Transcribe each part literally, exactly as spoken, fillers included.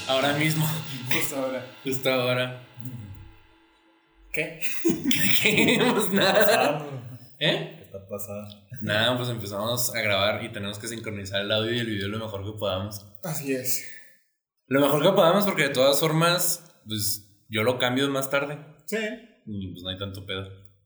Ahora mismo. Justo ahora. Justo ahora. ¿Qué? ¿Qué? Pues nada. ¿Eh? ¿Qué está pasando? Nada, pues empezamos a grabar y tenemos que sincronizar el audio y el video lo mejor que podamos. Así es. Lo mejor que podamos porque de todas formas, pues yo lo cambio más tarde. Sí. Y pues no hay tanto pedo.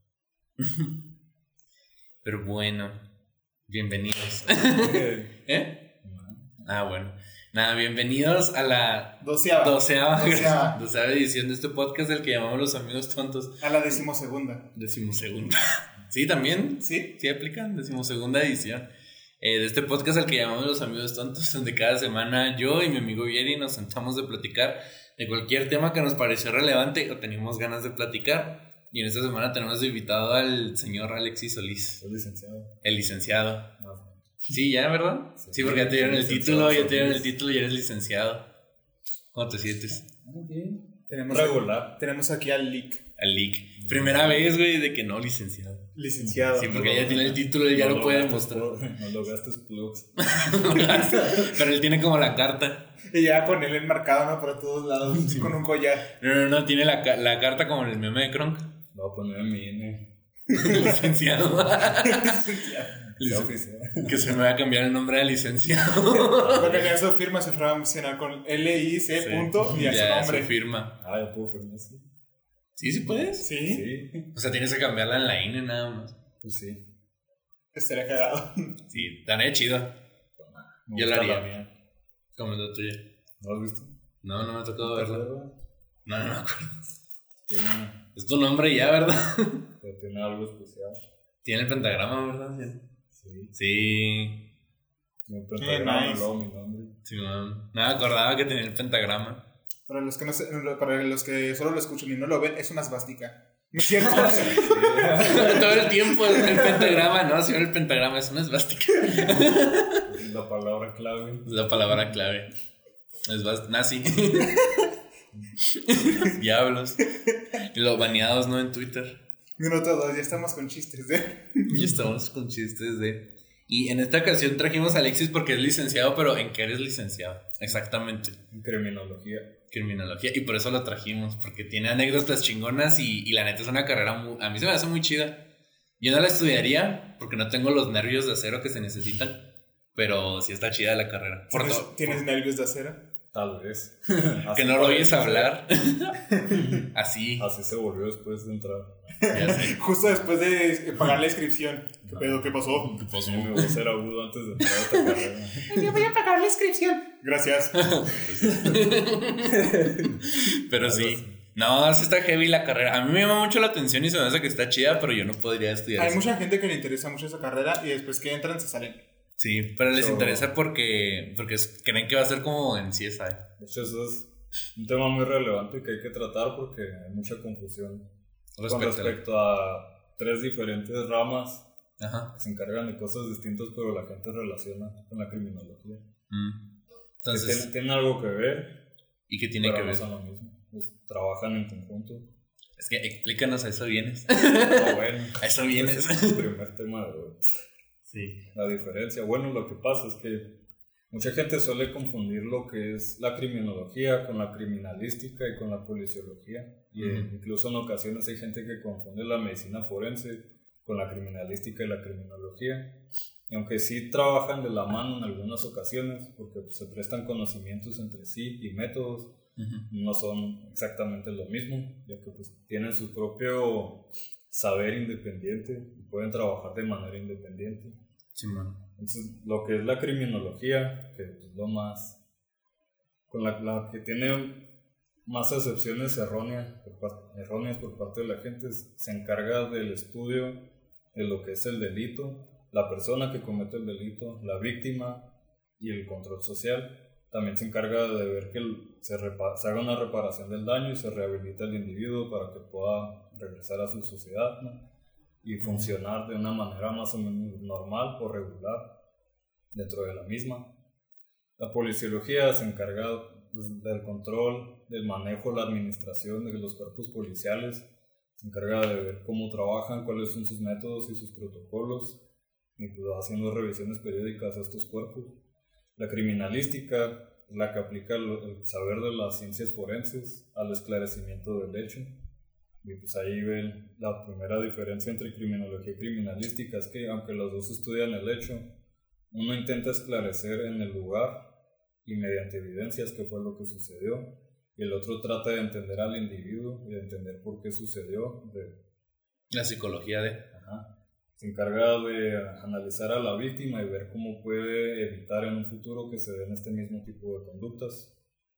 Pero bueno, bienvenidos. ¿Eh? Ah, bueno. Nada, bienvenidos a la Doceava. doceava, Doceava. doceava edición de este podcast del que llamamos Los Amigos Tontos. A la decimosegunda. Decimosegunda. Sí, también. ¿Sí? Sí, aplican. Decimosegunda edición. Eh, de este podcast al que llamamos Los Amigos Tontos, donde cada semana yo y mi amigo Vieri nos sentamos de platicar de cualquier tema que nos pareció relevante o teníamos ganas de platicar. Y en esta semana tenemos de invitado al señor Alexis Solís. Soy licenciado. El licenciado. No. Sí, ya, ¿verdad? Sí, Sí, porque ya te dieron el licenciado, título, ya te dieron el Solís. título y eres licenciado. ¿Cómo te sientes? Muy bien. Tenemos, Regular. tenemos aquí al Leak. Al leak. Primera vez, güey, de que no licenciado. Licenciado. Sí, porque ya tiene el título y ya lo puede demostrar. No lo gastes plugs. Pero él tiene como la carta. Y ya con él enmarcado, ¿no? Por todos lados. Sí. Con un collar. No, no, no, tiene la, ca- la carta como en el meme de Kronk. Lo voy a poner en mi I N Licenciado. E. Sea oficial. Que se me va a cambiar el nombre de licenciado. Porque en su firma se fue a mencionar con L I C Sí. punto y a su Ya, nombre. su firma. Ah, yo puedo firmar así. Sí, sí puedes. ¿Sí? Sí. O sea, tienes que cambiarla en la I N E nada más. Pues sí. Estaría cagado. Sí, estaría chido. Me Yo la gusta haría. mía. Como la tuya. ¿No lo has visto? No, no me ha tocado verla. ¿Verdad? No, no me acuerdo. Tiene, Es tu nombre ya, ¿verdad? pero tiene algo especial. Tiene el pentagrama, ¿verdad? Sí. Sí. Me pentagrama, nice. luego mi nombre. Sí, man. No me acordaba que tenía el pentagrama. Para los que no se- para los que solo lo escuchan y no lo ven, es una svástica. ¿No es cierto? Todo el tiempo el, el pentagrama, ¿no? Si no, el pentagrama es una esvástica. Es la palabra clave. Es la palabra clave. Es nazi. Diablos. Y los baneados, ¿no? En Twitter. Minuto dos, ya estamos con chistes, ¿eh? Y estamos con chistes de... Y en esta ocasión trajimos a Alexis porque es licenciado, pero ¿en qué eres licenciado? Exactamente. En criminología. Criminología. Y por eso lo trajimos, porque tiene anécdotas chingonas y, y la neta es una carrera muy... A mí se me hace muy chida. Yo no la estudiaría porque no tengo los nervios de acero que se necesitan, pero sí está chida la carrera. Por ¿Tienes, to- ¿tienes por- nervios de acera? Tal vez. que Así no lo oyes parece. hablar. Así. Así se volvió después de entrar. Ya sé. Justo después de pagar la inscripción. ¿Qué pedo? ¿Qué pasó? ¿Qué pasó? Mi voz era agudo antes de entrar a esta carrera. Yo voy a pagar la inscripción. Gracias. Pero sí. No, sí está heavy la carrera. A mí me llama mucho la atención y se me hace que está chida, pero yo no podría estudiar Hay eso. mucha gente que le interesa mucho esa carrera y después que entran se salen. Sí, pero les So- interesa porque, porque es- creen que va a ser como en C S I. De hecho, eso es un tema muy relevante que hay que tratar porque hay mucha confusión con Respecto. respecto a tres diferentes ramas Ajá. que se encargan de cosas distintas, pero la gente relaciona con la criminología. Mm. Que Entonces, tienen, tienen algo que ver, ¿y qué tiene pero que no ver? son lo mismo. Pues, trabajan en conjunto. Es que explícanos, a eso vienes. Pero bueno, A eso ese vienes. es el primer tema de hoy. Sí. La diferencia. Bueno, lo que pasa es que mucha gente suele confundir lo que es la criminología con la criminalística y con la policiología. Y eh, Ujú. incluso en ocasiones hay gente que confunde la medicina forense con la criminalística y la criminología. Y aunque sí trabajan de la mano en algunas ocasiones, porque pues, se prestan conocimientos entre sí y métodos, Ujú. no son exactamente lo mismo, ya que pues, tienen su propio saber independiente y pueden trabajar de manera independiente. Sí, man. Entonces, lo que es la criminología, que es lo más, con la, la que tiene más excepciones erróneas por, par- erróneas por parte de la gente, es- se encarga del estudio de lo que es el delito, la persona que comete el delito, la víctima y el control social. También se encarga de ver que el- se, repa- se haga una reparación del daño y se rehabilita el individuo para que pueda regresar a su sociedad, ¿no? Y funcionar de una manera más o menos normal o regular dentro de la misma. La policiología se encarga pues, del control, del manejo, la administración de los cuerpos policiales, se encarga de ver cómo trabajan, cuáles son sus métodos y sus protocolos, y pues, haciendo revisiones periódicas a estos cuerpos. La criminalística la que aplica el, el saber de las ciencias forenses al esclarecimiento del hecho. Y pues ahí ven la primera diferencia entre criminología y criminalística, es que aunque los dos estudian el hecho, uno intenta esclarecer en el lugar y mediante evidencias qué fue lo que sucedió, y el otro trata de entender al individuo y de entender por qué sucedió. De, La psicología de... Ajá. Se encarga de analizar a la víctima y ver cómo puede evitar en un futuro que se den este mismo tipo de conductas.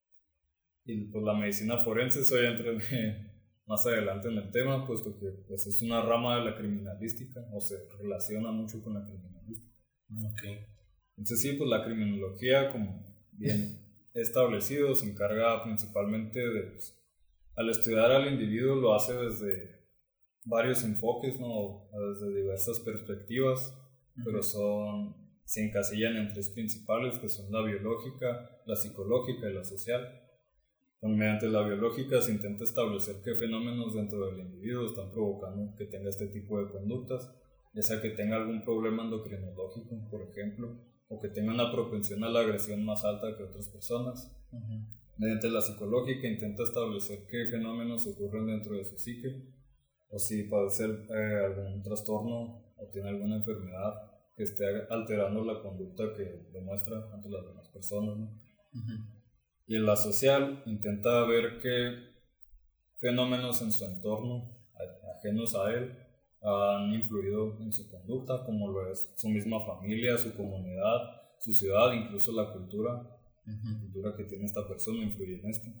Y pues la medicina forense, eso ya entraré más adelante en el tema, puesto que pues, es una rama de la criminalística, o se relaciona mucho con la criminalística. Okay. Entonces sí, pues la criminología, como bien establecido, se encarga principalmente de, pues, al estudiar al individuo lo hace desde varios enfoques, ¿no? Desde diversas perspectivas, uh-huh. pero son, se encasillan en tres principales, que son la biológica, la psicológica y la social. Mediante la biológica se intenta establecer qué fenómenos dentro del individuo están provocando que tenga este tipo de conductas, ya sea que tenga algún problema endocrinológico, por ejemplo, o que tenga una propensión a la agresión más alta que otras personas. Uh-huh. Mediante la psicológica intenta establecer qué fenómenos ocurren dentro de su psique, o si padece eh, algún trastorno o tiene alguna enfermedad que esté alterando la conducta que demuestra ante las demás personas, ¿no? Uh-huh. Y en la social intenta ver qué fenómenos en su entorno, ajenos a él, han influido en su conducta, como lo es su misma familia, su comunidad, su ciudad, incluso la cultura, uh-huh. la cultura que tiene esta persona influye en esto.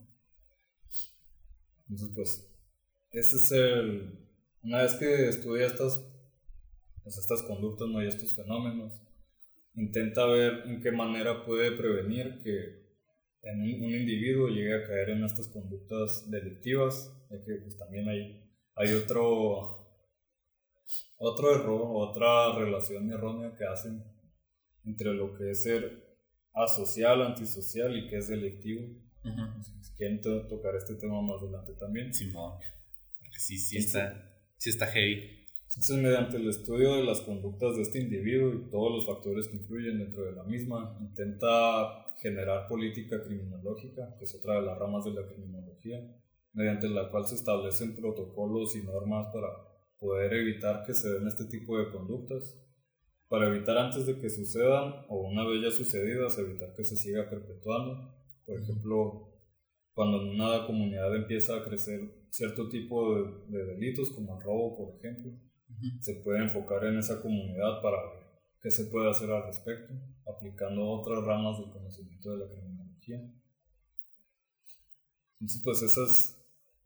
Entonces, pues, ese es el... Una vez que estudia estas, pues, estas conductas, ¿no? y estos fenómenos, intenta ver en qué manera puede prevenir que en un, un individuo llegue a caer en estas conductas delictivas, ya que pues, también hay, hay otro, otro error, otra relación errónea que hacen entre lo que es ser asocial, antisocial y que es delictivo. Uh-huh. Entonces, quieren to- tocar este tema más adelante también. Simón, porque sí, sí está, sí está heavy. Entonces, mediante el estudio de las conductas de este individuo y todos los factores que influyen dentro de la misma, intenta generar política criminológica, que es otra de las ramas de la criminología, mediante la cual se establecen protocolos y normas para poder evitar que se den este tipo de conductas, para evitar antes de que sucedan, o una vez ya sucedidas, evitar que se siga perpetuando. Por ejemplo, cuando en una comunidad empieza a crecer cierto tipo de, de delitos, como el robo, por ejemplo, uh-huh. se puede enfocar en esa comunidad para ver qué se puede hacer al respecto, aplicando otras ramas del conocimiento de la criminología. Entonces, pues esa es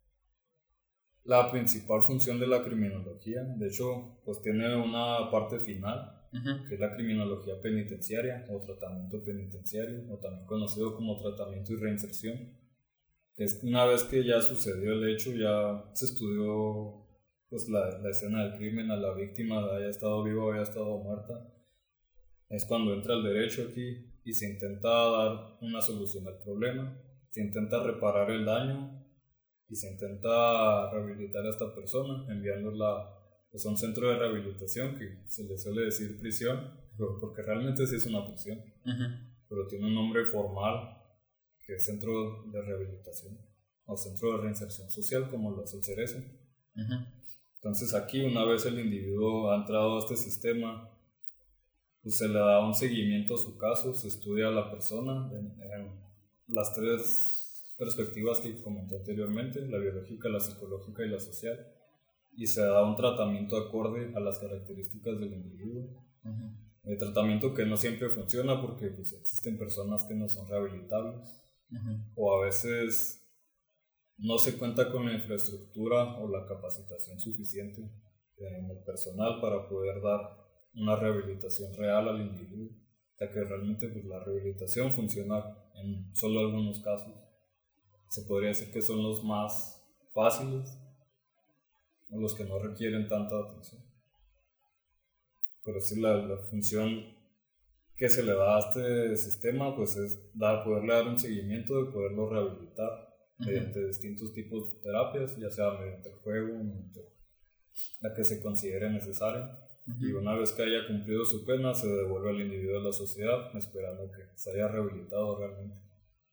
la principal función de la criminología. De hecho, pues tiene una parte final, uh-huh. que es la criminología penitenciaria o tratamiento penitenciario, o también conocido como tratamiento y reinserción, que es una vez que ya sucedió el hecho, ya se estudió pues, la, la escena del crimen, a la víctima haya estado viva o haya estado muerta. Es cuando entra el derecho aquí y se intenta dar una solución al problema, se intenta reparar el daño y se intenta rehabilitar a esta persona, enviándola pues, a un centro de rehabilitación, que se le suele decir prisión, porque realmente sí es una prisión, uh-huh. pero tiene un nombre formal, que es centro de rehabilitación o centro de reinserción social, como lo es el Cerezo. Uh-huh. Entonces aquí, una vez el individuo ha entrado a este sistema, pues se le da un seguimiento a su caso, se estudia a la persona en, en las tres perspectivas que comenté anteriormente, la biológica, la psicológica y la social, y se da un tratamiento acorde a las características del individuo. Uh-huh. El tratamiento que no siempre funciona porque pues, existen personas que no son rehabilitables, uh-huh. o a veces no se cuenta con la infraestructura o la capacitación suficiente en el personal para poder dar una rehabilitación real al individuo, ya que realmente pues, la rehabilitación funciona en solo algunos casos. Se podría decir que son los más fáciles, o los que no requieren tanta atención. Pero sí, la, la función que se le da a este sistema pues, es dar, poderle dar un seguimiento de poderlo rehabilitar, uh-huh. mediante distintos tipos de terapias, ya sea mediante el juego, mediante la que se considere necesaria. Uh-huh. Y una vez que haya cumplido su pena, se devuelve al individuo a la sociedad, esperando que se haya rehabilitado realmente.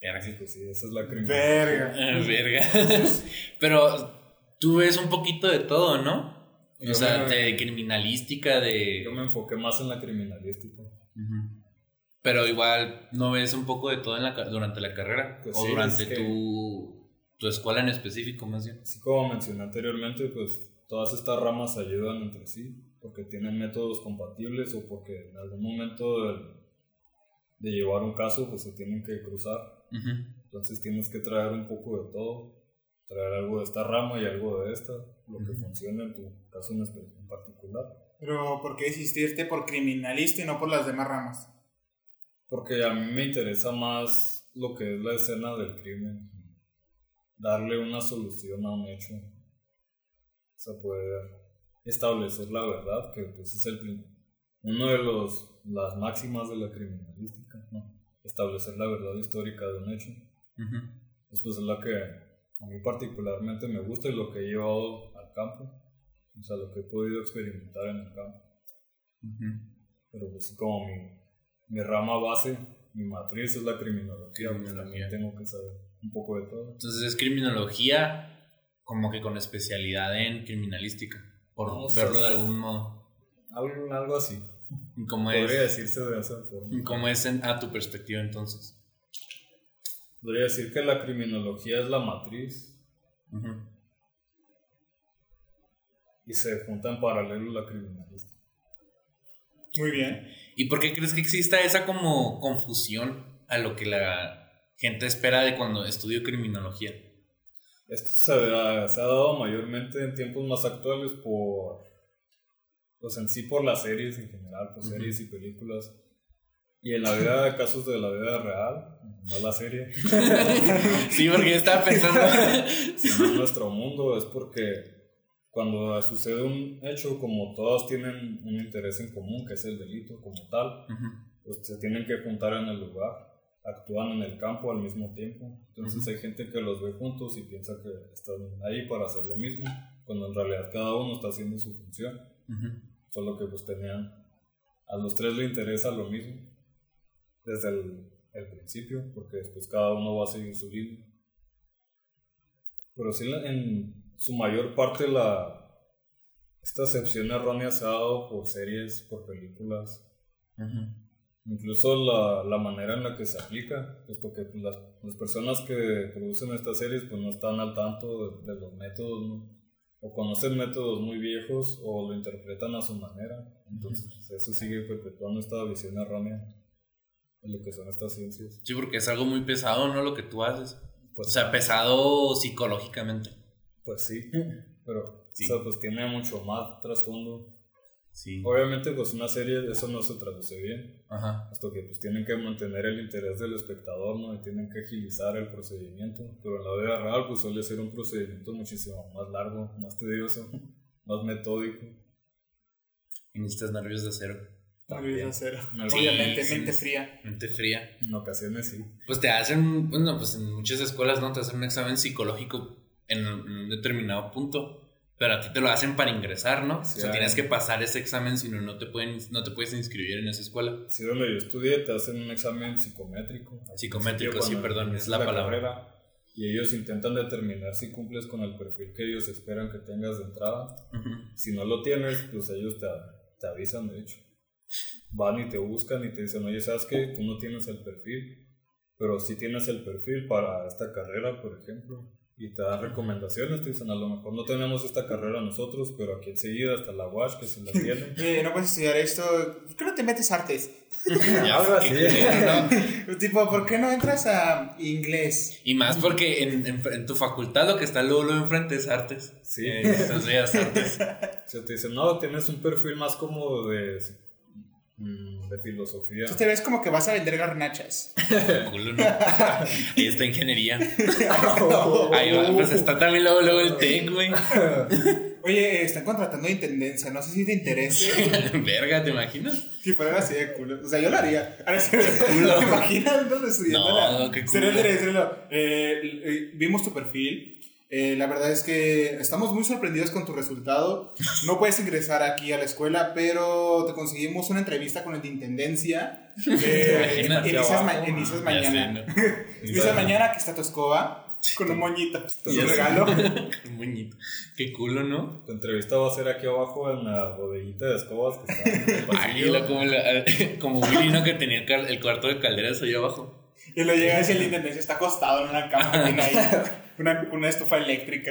Sí, pues sí, esa es la criminología. Verga. Ah, verga. Pero tú ves un poquito de todo, ¿no? Yo O sea, me- de criminalística, de... Yo me enfoqué más en la criminalística. Ujú. Pero igual, ¿no ves un poco de todo en la, ca- durante la carrera? Pues o sí, durante es que- tu, tu escuela en específico, más bien. Así como mencioné anteriormente, pues todas estas ramas ayudan entre sí porque tienen métodos compatibles o porque en algún momento de, de llevar un caso pues se tienen que cruzar. Ujú. Entonces tienes que traer un poco de todo, traer algo de esta rama y algo de esta, lo que Ujú. funcione en tu caso en, espe- en particular. Pero, ¿por qué decidiste irte por criminalista y no por las demás ramas? Porque a mí me interesa más lo que es la escena del crimen, darle una solución a un hecho, o sea, poder establecer la verdad, que pues es el prin- uno de los las máximas de la criminalística, ¿no? Establecer la verdad histórica de un hecho. Ujú. Después es lo que a mí particularmente me gusta y lo que he llevado al campo, o sea, lo que he podido experimentar en el campo. Ujú. Pero pues sí, como mi, mi rama base, mi matriz es la criminología, pues Criminología. también tengo que saber un poco de todo. Entonces es criminología como que con especialidad en criminalística, por No, verlo o de sea, algún modo. Algo, algo así, ¿Cómo podría es, decirse de esa forma. cómo es en- a tu perspectiva entonces? Podría decir que la criminología es la matriz Ujú. y se junta en paralelo la criminalística. Muy bien. ¿Y por qué crees que exista esa como confusión a lo que la gente espera de cuando estudio criminología? Esto se ha, se ha dado mayormente en tiempos más actuales por, pues en sí por las series en general, por Ujú. series y películas. Y en la vida de casos de la vida real, no la serie, Sí, porque yo estaba pensando. sino en nuestro mundo, es porque cuando sucede un hecho, como todos tienen un interés en común, que es el delito como tal, Ujú. pues se tienen que juntar en el lugar, actúan en el campo al mismo tiempo. Entonces Ujú. hay gente que los ve juntos y piensa que están ahí para hacer lo mismo, cuando en realidad cada uno está haciendo su función, Ujú. solo que pues tenían, a los tres le interesa lo mismo desde el, el principio, porque después cada uno va a seguir su línea. Pero sí, la- en su mayor parte la, esta acepción errónea se ha dado por series, por películas, Ujú. incluso la, la manera en la que se aplica, puesto que pues, las, las personas que producen estas series pues no están al tanto de, de los métodos, ¿no? O conocen métodos muy viejos o lo interpretan a su manera. Entonces pues, eso sigue perpetuando esta visión errónea de lo que son estas ciencias. Sí, porque es algo muy pesado, ¿no? Lo que tú haces. Pues, O sea, pesado psicológicamente. pues sí, pero Sí. o sea, pues tiene mucho más trasfondo. Sí. Obviamente pues una serie eso no se traduce bien, Ajá. puesto que pues tienen que mantener el interés del espectador, ¿no? Y tienen que agilizar el procedimiento, pero en la vida real pues suele ser un procedimiento muchísimo más largo, más tedioso, más metódico. Y necesitas nervios de acero. Nervios de acero. En Sí, Obviamente, sí, mente sí. fría. Mente fría. En ocasiones sí. Pues te hacen, bueno, pues en muchas escuelas, ¿no? Te hacen un examen psicológico en un determinado punto. Pero a ti te lo hacen para ingresar, ¿no? Sí, o sea, hay- tienes que pasar ese examen, si no, no te pueden, no te puedes inscribir en esa escuela. Sí, donde yo estudié te hacen un examen psicométrico. al Psicométrico, principio, sí, cuando perdón, empiezas es la palabra. carrera, y ellos intentan determinar si cumples con el perfil que ellos esperan que tengas de entrada. Ujú. Si no lo tienes, pues ellos te, te avisan, de hecho. Van y te buscan y te dicen, oye, ¿sabes qué? Tú no tienes el perfil, pero sí tienes el perfil para esta carrera, por ejemplo. Y te dan recomendaciones, te dicen, a lo mejor no tenemos esta carrera nosotros, pero aquí enseguida está la U A S H que sí la tiene. Eh, no puedes estudiar esto. ¿Por qué no te metes artes? Ya, Algo qué así. culero, ¿no? Tipo, ¿por qué no entras a inglés? Y más porque en, en, en tu facultad lo que está luego, luego enfrente es artes. Sí. Eh, estas bellas artes. O sea, te dicen, no, tienes un perfil más como de, mm, de filosofía. Tú te ves como que vas a vender garnachas. Culo, ¿no? Ahí está ingeniería. Ahí va, pues está también luego, luego el TEC, güey. Oye, eh, están contratando intendencia. No sé si te interese. Verga, ¿te imaginas? Si fuera así de culo. O sea, yo lo haría. Ahora sí, ¿te imaginas? ¿Dónde estudiando? No, la- qué Sería culo. interesante, no. Eh, eh, vimos tu perfil Eh, la verdad es que estamos muy sorprendidos con tu resultado. No puedes ingresar aquí a la escuela, pero te conseguimos una entrevista con el de Intendencia. Eh, inicias, ma- inicias mañana. Ya sé, ¿no? Inicias mañana, que está tu escoba con un moñito. Es un regalo. Un moñito. Qué culo, ¿no? Tu entrevista va a ser aquí abajo en la bodeguita de escobas que está en el Ahí, pasillo. la- como, la- como Willy, ¿no? Que tenía el, car- el cuarto de calderas ahí abajo. Y lo llegas y el de Intendencia está acostado en una cama que tiene ahí una, una estufa eléctrica.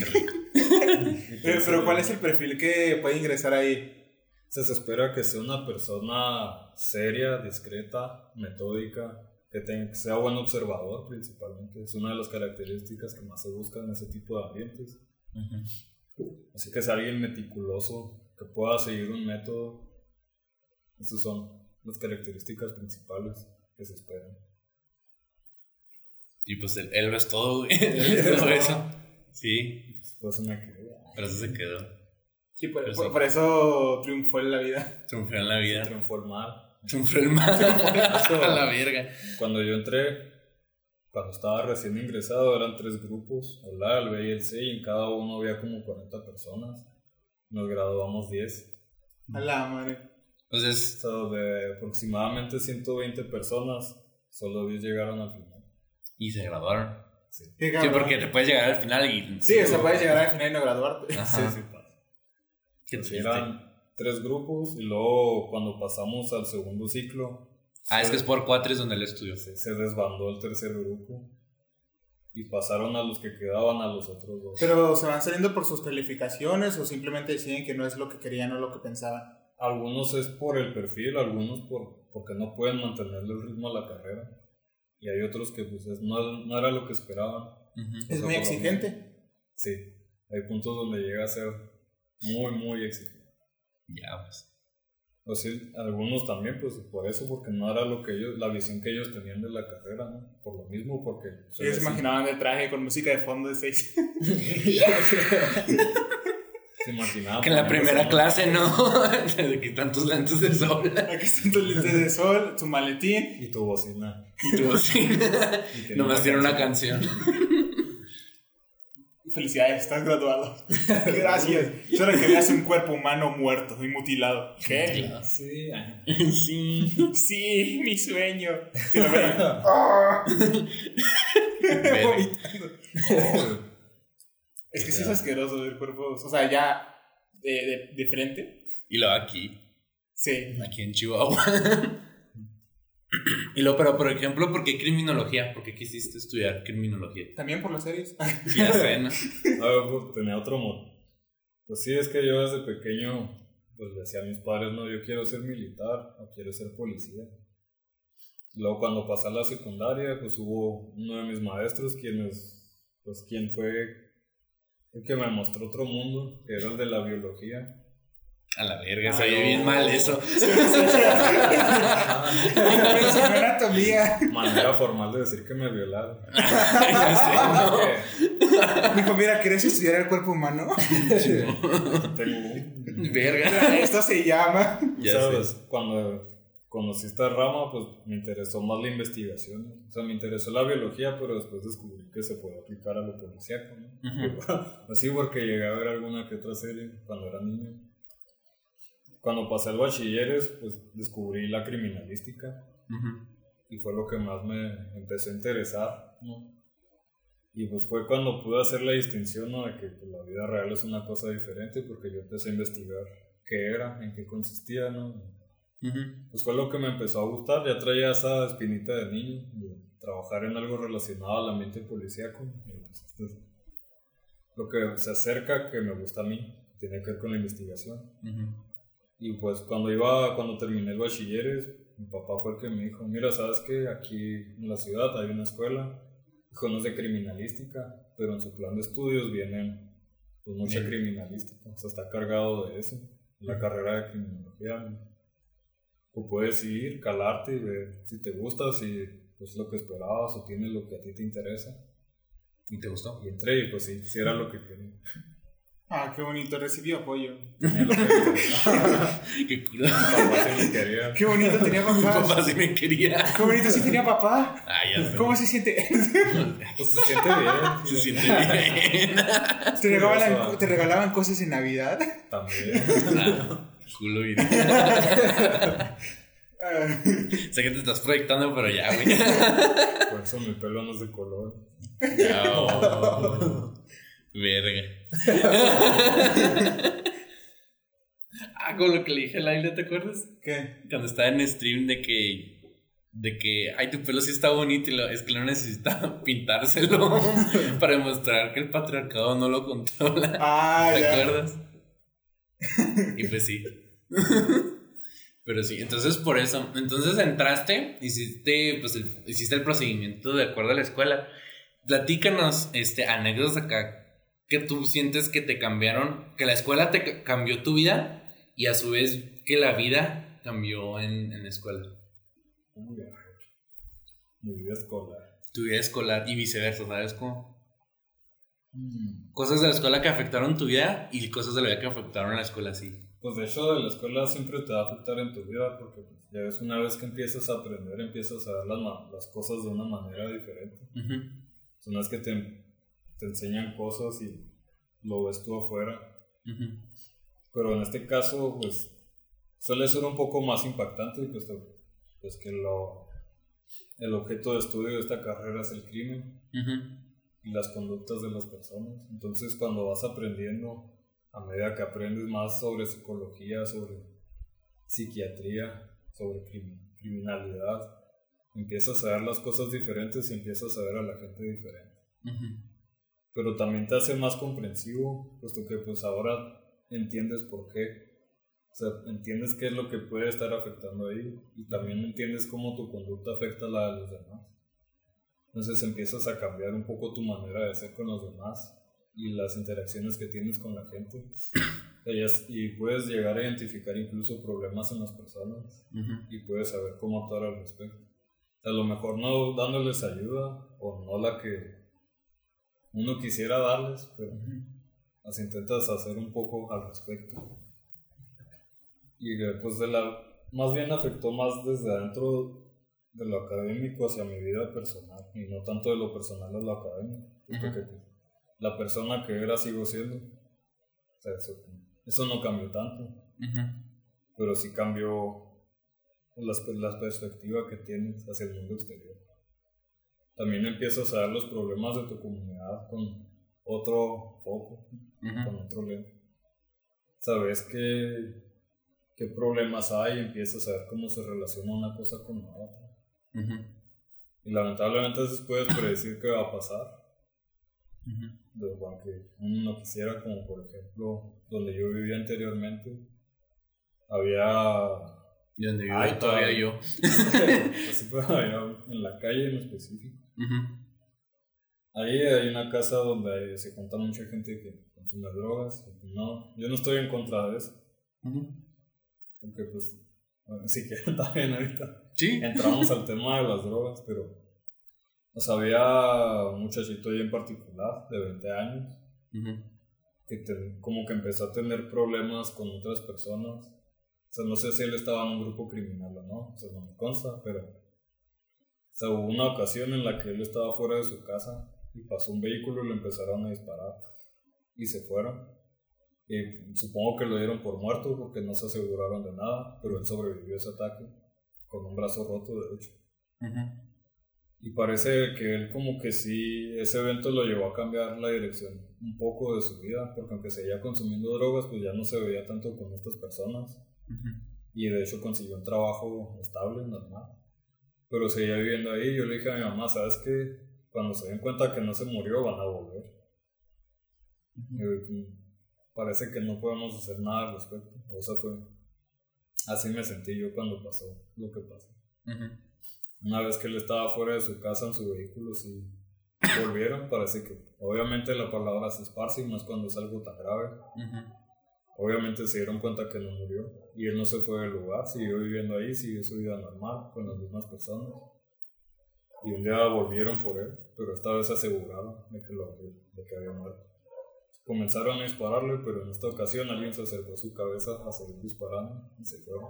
Pero, pero ¿cuál es el perfil que puede ingresar ahí? Se espera que sea una persona seria, discreta, metódica, que, tenga, que sea buen observador principalmente. Es una de las características que más se buscan en ese tipo de ambientes. Uh-huh. Así que sea alguien meticuloso, que pueda seguir un método. Esas son las características principales que se esperan. Y pues él, él lo es todo, güey. Todo eso. Sí. Pues me quedé. Pero eso se quedó. Sí, por, por, por eso triunfó en la vida. Triunfó en la vida. Triunfó el mal. Triunfó el mal. A la verga. Cuando yo entré, cuando estaba recién ingresado, eran tres grupos: el A, el B y el C, y en cada uno había como cuarenta personas. Nos graduamos diez. A la madre. Entonces, o sea, de aproximadamente ciento veinte personas, solo diez llegaron al final. Y se graduaron. Sí, sí, porque te puedes llegar al final y... Sí, o sea, puedes llegar al final y no graduarte. Ajá. Sí, sí pasa. Qué Pues triste. eran tres grupos y luego cuando pasamos al segundo ciclo... Ah, se, es que es por cuatres donde él estudió. Se, se desbandó el tercer grupo y pasaron a los que quedaban a los otros dos. Pero ¿se van saliendo por sus calificaciones o simplemente deciden que no es lo que querían o lo que pensaban? Algunos es por el perfil, algunos por, porque no pueden mantenerle el ritmo a la carrera. Y hay otros que pues es, no, no era lo que esperaban. Uh-huh. Es muy exigente. Sí, hay puntos donde llega a ser muy, muy exigente. Ya, pues. O sea, algunos también, pues por eso, porque no era lo que ellos, la visión que ellos tenían de la carrera, ¿no? Por lo mismo, porque... Ellos se imaginaban de traje con música de fondo de seis. Se imaginaban. Que en la primera clase, ¿no? Aquí están tus lentes de sol. Aquí están tus lentes de sol, tu maletín. Y tu bocina. Y tu bocina. Nomás tiene una canción. Felicidades, estás graduado. Gracias. Solo que veas un cuerpo humano muerto y mutilado. ¿Qué? Sí. Sí. Sí, mi sueño. Pero bueno. Oh. Es que sí es asqueroso ver cuerpos. O sea, ya de, de, de frente. Y luego aquí. Sí. Aquí en Chihuahua. Y luego, pero por ejemplo, ¿por qué criminología? ¿Por qué quisiste estudiar criminología? También por las series. Ya sé, ¿no? A ver, pues, tenía otro modo. Pues sí, es que yo desde pequeño, pues le decía a mis padres, no, yo quiero ser militar o quiero ser policía. Luego cuando pasé a la secundaria, pues hubo uno de mis maestros quienes, pues quien fue el que me mostró otro mundo, que era el de la biología. A la verga, se oye bien mal eso. Anatomía. Manera formal de decir que me violaron. Ya sé, ¿no? Dijo, mira, ¿quieres estudiar el cuerpo humano? Sí. Tengo... Verga. Esto se llama... Ya ¿Sabes? Sé. Cuando conocí esta rama, pues me interesó más la investigación. O sea, me interesó la biología, pero después descubrí que se puede aplicar a lo policíaco, ¿no? Uh-huh. Así porque llegué a ver alguna que otra serie cuando era niño. Cuando pasé al bachilleres, pues descubrí la criminalística. Uh-huh. Y fue lo que más me empezó a interesar, ¿no? Y pues fue cuando pude hacer la distinción, ¿no? De que pues, la vida real es una cosa diferente, porque yo empecé a investigar qué era, en qué consistía, ¿no? Uh-huh. Pues fue lo que me empezó a gustar. Ya traía esa espinita de niño, de trabajar en algo relacionado al ambiente policíaco. Y pues esto es lo que se acerca que me gusta a mí, tiene que ver con la investigación. Uh-huh. Y pues cuando iba, cuando terminé el bachilleres, mi papá fue el que me dijo, mira, ¿sabes qué? Aquí en la ciudad hay una escuela, no es de criminalística, pero en su plan de estudios vienen pues, mucha Bien. criminalística, o sea, está cargado de eso, la uh-huh. carrera de criminología. O puedes ir, calarte y ver si te gusta, si es pues, lo que esperabas o tienes lo que a ti te interesa. ¿Y te gustó? Y entré y pues sí, sí era lo que quería. Ah, qué bonito, recibió apoyo. Qué culo. Mi papá sí me quería. Qué bonito tenía papá. Mi papá sí me quería. Qué bonito sí tenía papá. Ah, ya sé. ¿Cómo se siente? Pues se siente bien. Se siente bien. ¿Te regalaban, ¿Te regalaban cosas en Navidad? También. Ah, culo bien. Sé que te estás proyectando, pero ya, güey. Por eso mi pelo no es de color. No. Verga. Ah, con lo que le dije a Laila, ¿te acuerdas? ¿Qué? Cuando estaba en stream de que de que ay, tu pelo sí está bonito y lo, es que no necesita pintárselo para demostrar que el patriarcado no lo controla. Ah, ¿Te ya. acuerdas? Y pues sí. Pero sí, entonces por eso, entonces entraste, hiciste pues el, hiciste el procedimiento de acuerdo a la escuela. Platícanos este anécdotas acá que tú sientes que te cambiaron, que la escuela te cambió tu vida y a su vez que la vida cambió en, en la escuela. Uy, mi vida escolar. Tu vida escolar y viceversa, ¿sabes cómo? Mm. Cosas de la escuela que afectaron tu vida y cosas de la vida que afectaron a la escuela, sí. Pues de hecho de la escuela siempre te va a afectar en tu vida porque pues, ya ves, una vez que empiezas a aprender empiezas a ver las, las cosas de una manera diferente. Uh-huh. Una vez que te, te enseñan cosas y lo ves tú afuera. Uh-huh. Pero en este caso pues suele ser un poco más impactante pues, pues que lo, el objeto de estudio de esta carrera es el crimen. Uh-huh. Y las conductas de las personas. Entonces cuando vas aprendiendo, a medida que aprendes más sobre psicología, sobre psiquiatría, sobre crim- criminalidad, empiezas a ver las cosas diferentes y empiezas a ver a la gente diferente. Uh-huh. Pero también te hace más comprensivo, puesto que pues ahora entiendes por qué. O sea, entiendes qué es lo que puede estar afectando ahí y también entiendes cómo tu conducta afecta a la de los demás. Entonces empiezas a cambiar un poco tu manera de ser con los demás y las interacciones que tienes con la gente. Y puedes llegar a identificar incluso problemas en las personas. Uh-huh. Y puedes saber cómo actuar al respecto. A lo mejor no dándoles ayuda o no la que uno quisiera darles, pero uh-huh. las intentas hacer un poco al respecto. Y pues de la, más bien afectó más desde adentro de lo académico hacia mi vida personal y no tanto de lo personal a lo académico. Uh-huh. Porque pues, la persona que era sigo siendo. O sea, eso, eso no cambió tanto. Uh-huh. Pero sí cambió la, la perspectiva que tienes hacia el mundo exterior. También empiezas a ver los problemas de tu comunidad con otro foco, uh-huh. con otro lente. Sabes qué, qué problemas hay y empiezas a ver cómo se relaciona una cosa con la otra. Uh-huh. Y lamentablemente eso puedes predecir qué va a pasar. Uh-huh. De, aunque uno no quisiera, como por ejemplo donde yo vivía anteriormente había y donde vivo ay, todavía yo así, pero había en la calle en específico. Uh-huh. Ahí hay una casa donde hay, se cuenta mucha gente que consume drogas. No, yo no estoy en contra de eso. Uh-huh. Porque pues bueno, si quieren también ahorita ¿sí? entramos al tema de las drogas, pero o sea, había un muchachito ahí en particular, de veinte años, uh-huh. que te, como que empezó a tener problemas con otras personas. O sea, no sé si él estaba en un grupo criminal o no, o sea, no me consta, pero... O sea, hubo una ocasión en la que él estaba fuera de su casa y pasó un vehículo y le empezaron a disparar y se fueron. Y supongo que lo dieron por muerto porque no se aseguraron de nada, pero él sobrevivió a ese ataque con un brazo roto, de hecho. Uh-huh. Y parece que él como que sí, ese evento lo llevó a cambiar la dirección un poco de su vida, porque aunque seguía consumiendo drogas, pues ya no se veía tanto con estas personas. Uh-huh. Y de hecho consiguió un trabajo estable, normal. Pero seguía viviendo ahí. Yo le dije a mi mamá, ¿sabes qué? Cuando se den cuenta que no se murió, van a volver. Uh-huh. Y parece que no podemos hacer nada al respecto. O sea, fue... Así me sentí yo cuando pasó lo que pasó. Uh-huh. Una vez que él estaba fuera de su casa en su vehículo, sí volvieron. Parece que obviamente la palabra se esparce y más cuando es algo tan grave. Uh-huh. Obviamente se dieron cuenta que no murió y él no se fue del lugar, siguió viviendo ahí, siguió su vida normal con las mismas personas. Y un día volvieron por él, pero esta vez se aseguraron de que, lo, de que había muerto. comenzaron a dispararle, pero en esta ocasión alguien se acercó a su cabeza a seguir disparando y se fueron.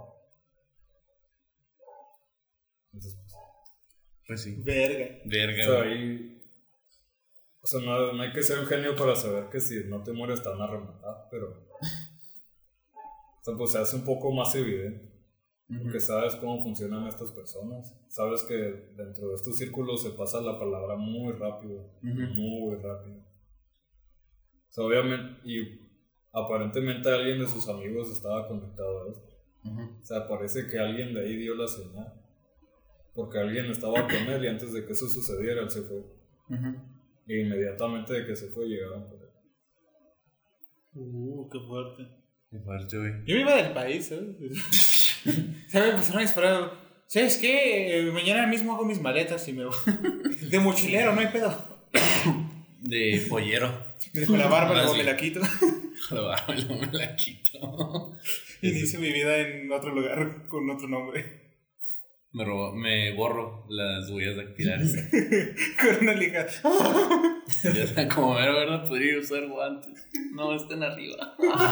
Entonces, pues, pues sí. Verga. Verga. O sea, ahí, o sea no, no hay que ser un genio para saber que si no te mueres te van a rematar, pero o sea, pues se hace un poco más evidente. Uh-huh. Porque sabes cómo funcionan estas personas. Sabes que dentro de estos círculos se pasa la palabra muy rápido. Uh-huh. Muy rápido. O sea, obviamente, y aparentemente alguien de sus amigos estaba conectado a esto. Uh-huh. O sea, parece que alguien de ahí dio la señal. Porque alguien estaba con él y antes de que eso sucediera, él se fue. Uh-huh. E inmediatamente de que se fue, llegaron por él. Uh, qué fuerte. Qué fuerte, güey. Yo me iba del país, ¿sabes? ¿Sabes? Empezaron a disparar. ¿Sabes qué? Mañana mismo hago mis maletas y me voy. De mochilero, no hay pedo. De pollero. Me dejo la barba, luego me la quito. La barba, luego me la quito. Inicio mi vida en otro lugar con otro nombre. Me, robo, me borro las huellas dactilares. Con una lija. Ya está, como ver, ¿verdad? Podría usar guantes. No, están arriba.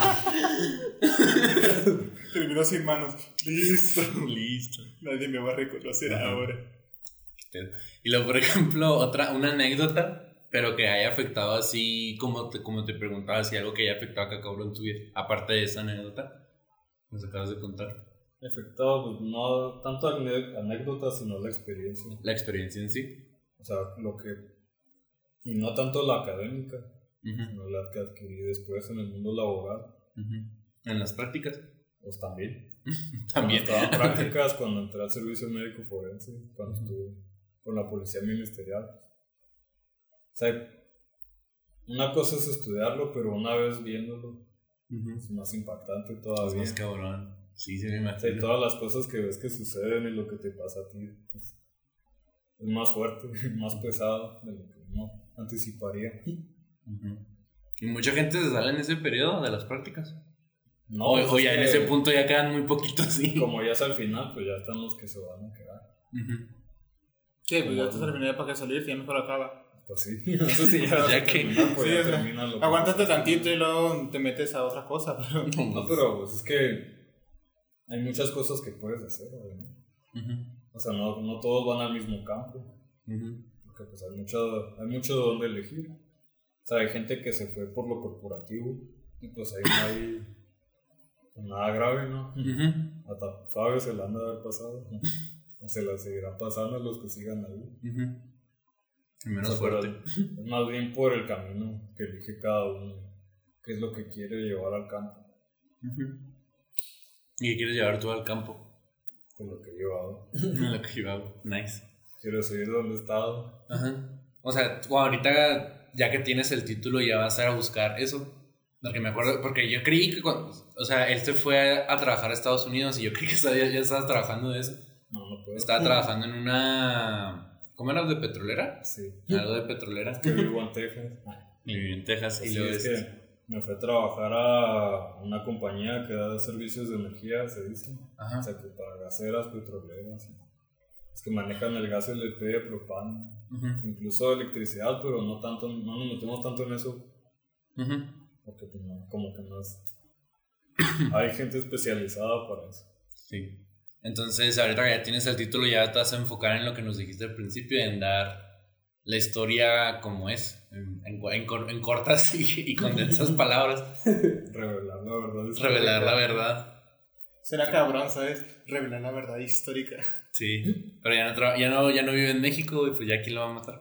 Terminó sin manos. Listo. Listo. Nadie me va a reconocer uh-huh. ahora. Y luego, por ejemplo, otra, una anécdota, pero que haya afectado así, como te, como te preguntaba, si algo que haya afectado a cabrón en tu vida, aparte de esa anécdota, nos acabas de contar. Afectado, pues no tanto anécdota, sino la experiencia. La experiencia en sí. O sea, lo que. Y no tanto la académica, uh-huh. sino la que adquirí después en el mundo laboral. Uh-huh. ¿En las prácticas? Pues también. También. Cuando estaba en prácticas, cuando entré al servicio médico forense, cuando uh-huh. estuve con la policía ministerial. O sea, una cosa es estudiarlo, pero una vez viéndolo, uh-huh. es más impactante todavía. Es más cabrón. Sí, sí, me imagino. Y todas las cosas que ves que suceden y lo que te pasa a ti, pues, es más fuerte, más pesado de lo que uno anticiparía. Uh-huh. ¿Y mucha gente se sale en ese periodo de las prácticas? No, o, o ya en ese punto ya quedan muy poquitos, sí. Como ya es al final, pues ya están los que se van a quedar. Uh-huh. Sí, pues ya te terminé para que salir, ya mejor acaba. Pues sí, no sé si ya, ya que terminar, pues sí, ya o sea, termina lo aguántate que tantito y luego te metes a otra cosa. Pero... No, pero pues es que hay muchas cosas que puedes hacer, ¿no? Uh-huh. O sea, no, no todos van al mismo campo. Uh-huh. Porque pues hay mucho, hay mucho de dónde elegir. O sea, hay gente que se fue por lo corporativo y pues ahí no hay pues, nada grave, ¿no? Uh-huh. Hasta Fabio se la han de haber pasado, ¿no? O se la seguirá pasando a los que sigan ahí. Uh-huh. Menos o sea, fuerte. Es más bien por el camino que elige cada uno, qué es lo que quiere llevar al campo. Uh-huh. ¿Y qué quieres llevar tú al campo? Con lo que he llevado. Lo que he llevado, nice. Quiero seguir donde he estado. Ajá. O sea, ahorita ya que tienes el título ya vas a buscar eso. Porque me acuerdo, porque yo creí que cuando, o sea, él se fue a, a trabajar a Estados Unidos y yo creí que estaba, ya, ya estabas trabajando de eso. No, no puedo. Estaba trabajando en una, ¿cómo era? ¿De petrolera? Sí. Algo de petrolera. Que vivo en Texas. Viví en Texas. Pues y sí, luego es que me fui a trabajar a una compañía que da servicios de energía, se dice. Ajá. O sea, que para gaseras, petroleras. Es que manejan el gas L P, propano, uh-huh. incluso electricidad, pero no tanto, no nos metemos tanto en eso. Uh-huh. Porque pues, no, como que no es. Hay gente especializada para eso. Sí. Entonces, ahorita que ya tienes el título, ya te vas a enfocar en lo que nos dijiste al principio, en dar la historia como es, en, en, en, en cortas y, y condensas palabras. Revelar la verdad histórica. Revelar la verdad. Será cabrón, ¿sabes? Revelar la verdad histórica. Sí, pero ya no, tra- ya no, ya no vive en México y pues ya aquí lo va a matar.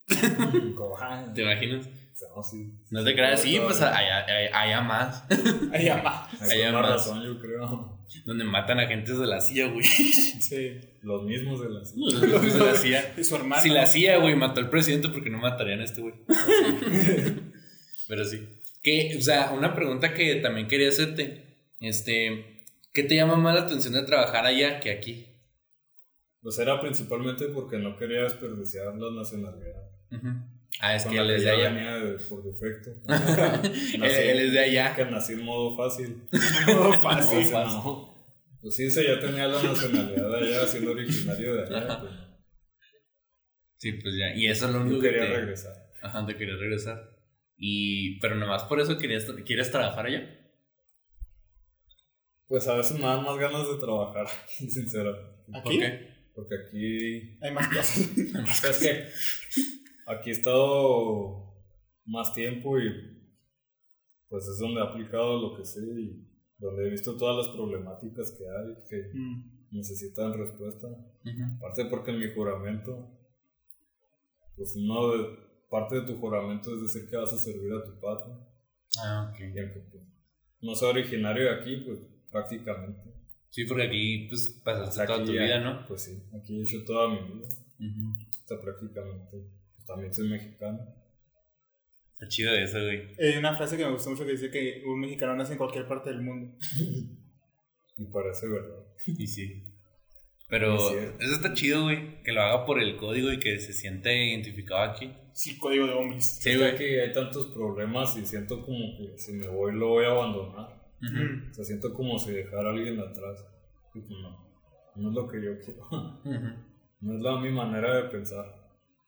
¿Te imaginas? No, sí, sí, no te creas, sí, pues allá, allá, allá más. Allá más. Allá más razón, yo creo. Donde matan agentes de la C I A, güey. Sí. Los mismos de la C I A. Los mismos de la C I A. Y su hermano. Si la C I A, güey, mató al presidente, porque no matarían a este güey. Pero sí. Que, o sea, una pregunta que también quería hacerte. Este, ¿qué te llama más la atención de trabajar allá que aquí? Pues era principalmente porque no quería desperdiciar la nacionalidad. Uh-huh. Ah, es Con que él que es de allá. Venía de, por defecto. Nací, él es de allá. Que nací en modo fácil. modo fácil. Entonces, no. Pues sí, se ya tenía la nacionalidad de allá, siendo originario de allá. Pues. Sí, pues ya. Y eso es lo único Yo quería que te... regresar. Ajá, te quería regresar. Y, pero nomás por eso querías, ¿quieres trabajar allá? Pues a veces me dan más ganas de trabajar, sincero. ¿Aquí? ¿Por qué? Porque aquí... Hay más cosas. Hay más cosas. Es que aquí he estado más tiempo y pues es donde he aplicado lo que sé y donde he visto todas las problemáticas que hay, que mm. necesitan respuesta. Uh-huh. Aparte porque en mi juramento, pues no de, parte de tu juramento es decir que vas a servir a tu patria. Ah, ok. Y aunque pues, no soy originario de aquí, pues prácticamente. Sí, porque aquí pues pasaste pues toda tu vida, ¿no? Pues sí, aquí he hecho toda mi vida. Uh-huh. Hasta prácticamente. Pues también soy mexicano. Está chido eso, güey. Hay una frase que me gustó mucho que dice que un mexicano nace en cualquier parte del mundo. Me parece verdad. Y sí. Pero eso está chido, güey. Que lo haga por el código y que se siente identificado aquí. Sí, código de hombres. Sí, güey, que hay tantos problemas y siento como que si me voy lo voy a abandonar. Uh-huh. O sea, siento como si dejara a alguien atrás. No, no es lo que yo quiero. Uh-huh. No es la mi manera de pensar.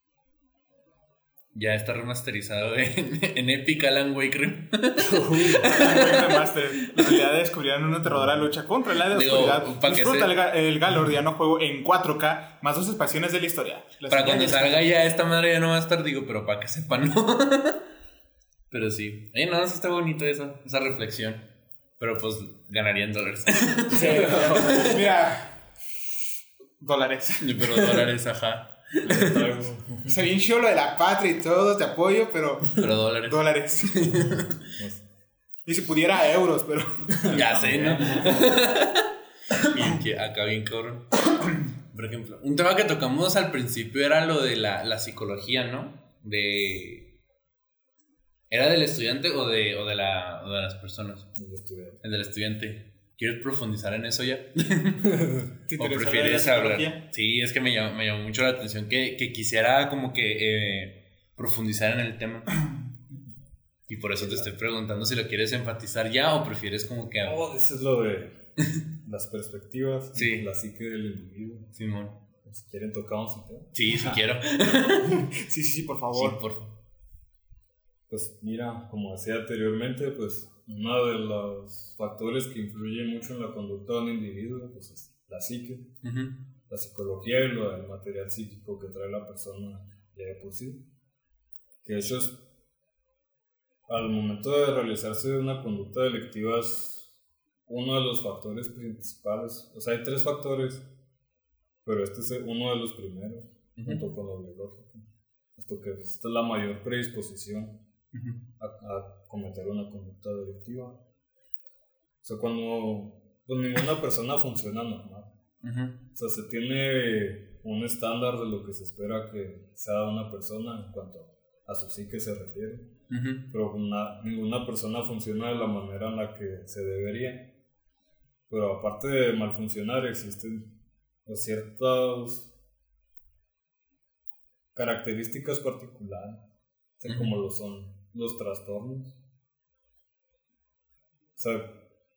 Ya está remasterizado en, en Epic Alan Wake Rem. Remaster. La realidad descubrieron una aterradora lucha contra la de la oscuridad. Disfruta se... el, el galordiano juego en cuatro K, más dos expansiones de la historia. Las para cuando salga ya esta madre ya no va a estar, digo, pero para que sepan, ¿no? Pero sí. Eh, no, eso está bonito eso, esa reflexión. Pero pues ganarían dólares. Sí, no, mira. Dólares. Pero dólares, ajá. Está bien chido lo de la patria y todo, te apoyo, pero. Pero dólares. Dólares. Y si pudiera euros, pero. Ya sé, ¿no? Bien, que acá bien cabrón. Por ejemplo, un tema que tocamos al principio era lo de la, la psicología, ¿no? De. ¿Era del estudiante o de, o de, la, o de las personas? El estudiante. El del estudiante. ¿Quieres profundizar en eso ya? ¿O prefieres hablar? Sí, es que me llamó, me llamó mucho la atención que, que quisiera como que eh, profundizar en el tema. Y por eso te estoy preguntando si lo quieres enfatizar ya o prefieres como que... Oh, eso es lo de las perspectivas, sí. La psique del individuo. Simón. Si quieren tocamos un tema. Sí, si quiero. Sí, sí, sí, por favor. Sí, por favor. Pues mira, como decía anteriormente, pues uno de los factores que influyen mucho en la conducta de un individuo pues es la psique, uh-huh. La psicología y lo, el material psíquico que trae la persona ya de por sí. Que eso es, al momento de realizarse una conducta delictiva, es uno de los factores principales. O sea, hay tres factores, pero este es uno de los primeros, uh-huh. Junto con lo biológico. Esto que esta es la mayor predisposición. Uh-huh. A, a cometer una conducta delictiva. O sea, cuando pues, ninguna persona funciona normal. Uh-huh. O sea, se tiene un estándar de lo que se espera que sea una persona en cuanto a su psique se refiere. Uh-huh. Pero una, ninguna persona funciona de la manera en la que se debería. Pero aparte de mal funcionar, existen pues, ciertas características particulares, o sea, uh-huh. Como lo son los trastornos. O sea,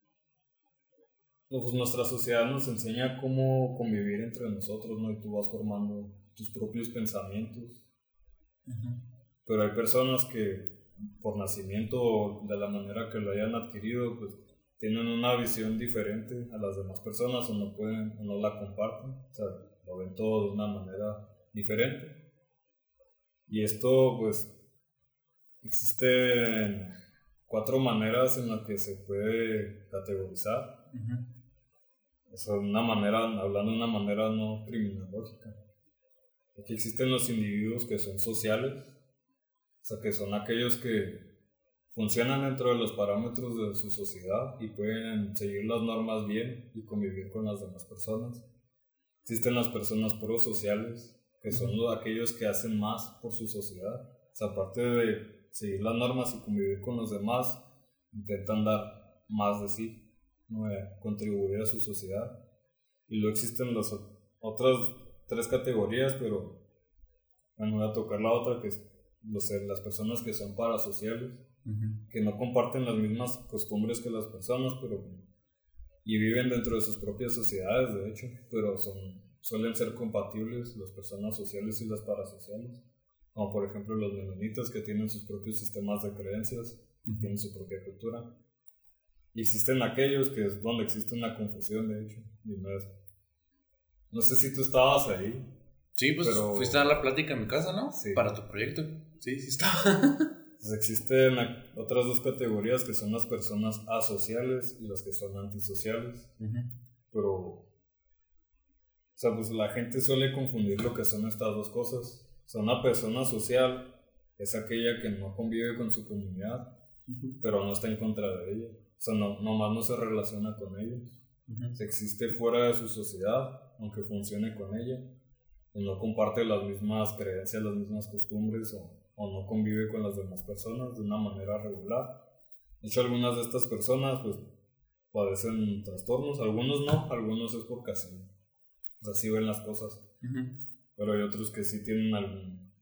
pues nuestra sociedad nos enseña cómo convivir entre nosotros, ¿no? Y tú vas formando tus propios pensamientos. Uh-huh. Pero hay personas que por nacimiento o de la manera que lo hayan adquirido, pues tienen una visión diferente a las demás personas o no pueden, o no la comparten. O sea, lo ven todo de una manera diferente. Y esto, pues, existen cuatro maneras en las que se puede categorizar. Uh-huh. O sea, una manera, hablando de una manera no criminológica. Aquí existen los individuos que son sociales, o sea, que son aquellos que funcionan dentro de los parámetros de su sociedad y pueden seguir las normas bien y convivir con las demás personas. Existen las personas prosociales, que son uh-huh. los, aquellos que hacen más por su sociedad. O sea, aparte de seguir las normas y convivir con los demás, intentan dar más de sí, ¿no? Eh, contribuir a su sociedad. Y luego existen las otras tres categorías, pero bueno, voy a tocar la otra, que es los, las personas que son parasociales, uh-huh. Que no comparten las mismas costumbres que las personas, pero y viven dentro de sus propias sociedades, de hecho, pero son, suelen ser compatibles las personas sociales y las parasociales. como por ejemplo los menonitas, que tienen sus propios sistemas de creencias, uh-huh. tienen su propia cultura. Y existen aquellos que es donde existe una confusión, de hecho. Y no, es, no sé si tú estabas ahí. Sí, pues pero, fuiste a dar la plática en mi casa, ¿no? Sí. Para tu proyecto. Sí, sí estaba. Pues existen otras dos categorías que son las personas asociales y las que son antisociales. Uh-huh. Pero, o sea, pues la gente suele confundir lo que son estas dos cosas. O sea, una persona social es aquella que no convive con su comunidad, uh-huh. pero no está en contra de ella. O sea, no, nomás no se relaciona con ellos. Uh-huh. O sea, existe fuera de su sociedad, aunque funcione con ella. Y no comparte las mismas creencias, las mismas costumbres, o, o no convive con las demás personas de una manera regular. De hecho, algunas de estas personas, pues, padecen trastornos. Algunos no, algunos es porque así, o sea, así ven las cosas. Uh-huh. Pero hay otros que sí tienen algún,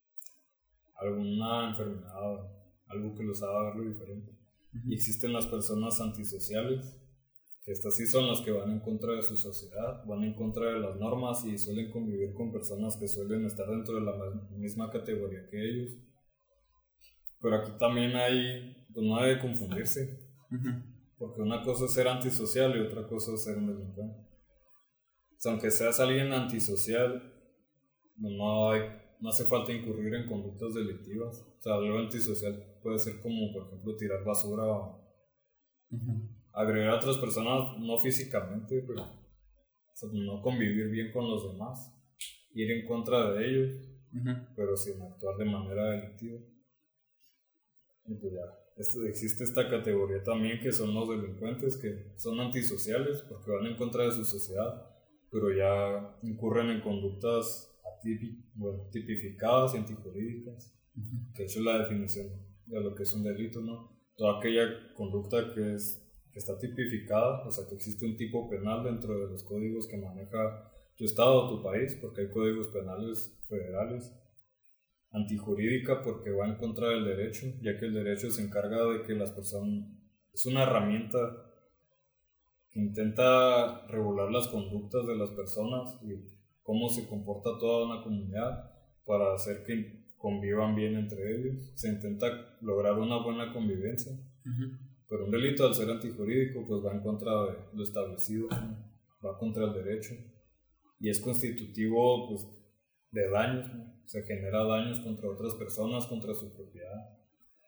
alguna enfermedad, algo que los haga verlo diferente. Y existen las personas antisociales, que estas sí son las que van en contra de su sociedad, van en contra de las normas y suelen convivir con personas que suelen estar dentro de la misma categoría que ellos. Pero aquí también hay, pues no debe confundirse, uh-huh. porque una cosa es ser antisocial y otra cosa es ser un delincuente. O sea, aunque seas alguien antisocial, no, hay, no hace falta incurrir en conductas delictivas. O sea, algo antisocial puede ser como, por ejemplo, tirar basura o uh-huh. agredir a otras personas, no físicamente, pero o sea, no convivir bien con los demás, ir en contra de ellos, uh-huh. pero sin actuar de manera delictiva. Y pues ya, esto, existe esta categoría también que son los delincuentes, que son antisociales porque van en contra de su sociedad, pero ya incurren en conductas atipi, bueno, tipificadas y antijurídicas, uh-huh. que eso es la definición de lo que es un delito, ¿no? Toda aquella conducta que, es, que está tipificada, o sea, que existe un tipo penal dentro de los códigos que maneja tu estado o tu país, porque hay códigos penales federales, antijurídica porque va en contra del derecho, ya que el derecho se encarga de que las personas, es una herramienta que intenta regular las conductas de las personas y cómo se comporta toda una comunidad para hacer que convivan bien entre ellos. Se intenta lograr una buena convivencia, uh-huh. pero un delito, al ser antijurídico, pues va en contra de lo establecido, ¿no? Va contra el derecho y es constitutivo, pues, de daños, ¿no? Se genera daños contra otras personas, contra su propiedad.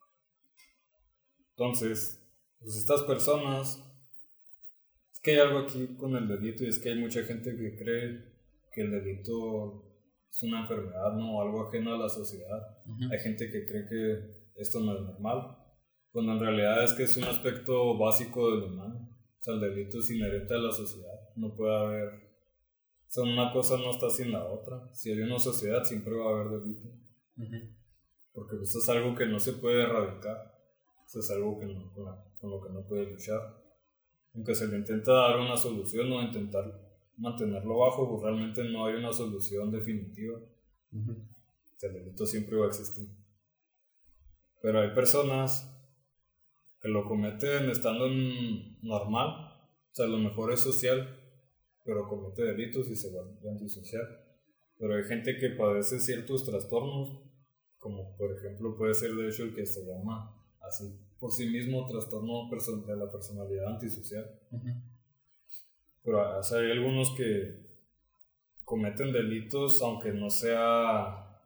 Entonces, pues estas personas, es que hay algo aquí con el delito y es que hay mucha gente que cree que el delito es una enfermedad, ¿no? O algo ajeno a la sociedad. Uh-huh. Hay gente que cree que esto no es normal, cuando en realidad es que es un aspecto básico del humano. O sea, el delito es inherente a la sociedad. No puede haber, o sea, una cosa no está sin la otra. Si hay una sociedad, siempre va a haber delito. Uh-huh. Porque esto es algo que no se puede erradicar. Esto es algo que no, con, la, con lo que no puede luchar. Aunque se le intenta dar una solución o intentar mantenerlo bajo, pues realmente no hay una solución definitiva. Uh-huh. O sea, el delito siempre va a existir. Pero hay personas que lo cometen estando en normal, o sea, a lo mejor es social, pero comete delitos y se va antisocial. Pero hay gente que padece ciertos trastornos, como por ejemplo puede ser de hecho el que se llama así por sí mismo trastorno de la personalidad antisocial. Uh-huh. Pero o sea, hay algunos que cometen delitos aunque no sea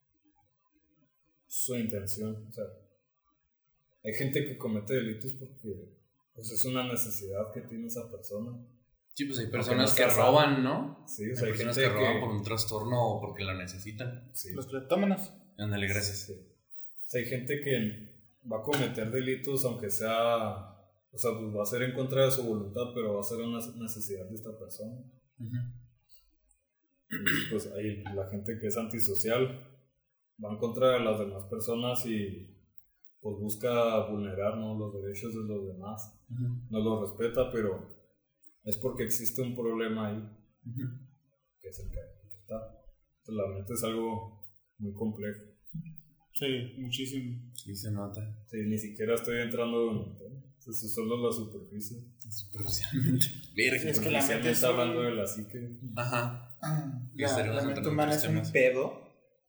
su intención. O sea, hay gente que comete delitos porque pues, es una necesidad que tiene esa persona. Sí, pues hay personas no que roban, ¿no? Sí, o sea, hay, hay personas que, que roban por un trastorno o porque la necesitan. Sí. Los cleptómanos. Ándale, gracias. Sí. O sea, hay gente que va a cometer delitos aunque sea... O sea, pues va a ser en contra de su voluntad, pero va a ser una necesidad de esta persona. Uh-huh. Y pues ahí la gente que es antisocial va en contra de las demás personas y pues busca vulnerar, ¿no?, los derechos de los demás. Uh-huh. No los respeta, pero es porque existe un problema ahí, uh-huh. que es el que hay que tratar. Entonces, la mente es algo muy complejo. Sí, muchísimo. Sí, se nota. Sí, ni siquiera estoy entrando en el tema. Eso es solo la superficie. Superficialmente. Verga, sí, es que la mente está hablando de la psique. Ajá. Ah, la, la mente humana es un pedo.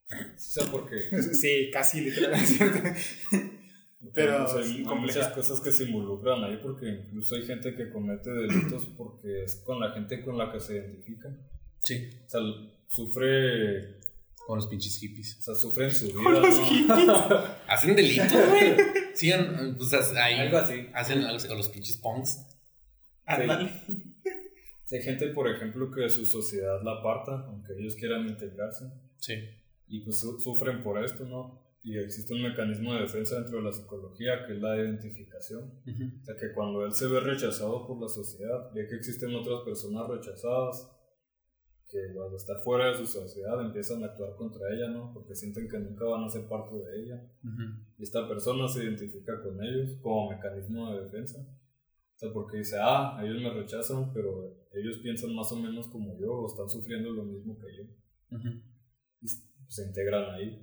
O sea, porque... Sí, casi literalmente. Pero pues hay, hay muchas cosas que se involucran ahí, porque incluso hay gente que comete delitos porque es con la gente con la que se identifica. Sí. O sea, sufre... Con los pinches hippies. O sea, sufren su vida, ¿Con los ¿no? hippies? Hacen delitos, güey. Sí, pues ahí. Algo así. Hacen algo con los pinches punks. Ándale. Sí. Hay gente, por ejemplo, que su sociedad la aparta, aunque ellos quieran integrarse. Sí. Y pues su- sufren por esto, ¿no? Y existe un mecanismo de defensa dentro de la psicología que es la identificación. Uh-huh. O sea, que cuando él se ve rechazado por la sociedad, ve que existen otras personas rechazadas, que al estar fuera de su sociedad empiezan a actuar contra ella, ¿no? Porque sienten que nunca van a ser parte de ella. Uh-huh. Y esta persona se identifica con ellos como mecanismo de defensa. O sea, porque dice, ah, ellos me rechazan, pero ellos piensan más o menos como yo, o están sufriendo lo mismo que yo. Uh-huh. Y se integran ahí.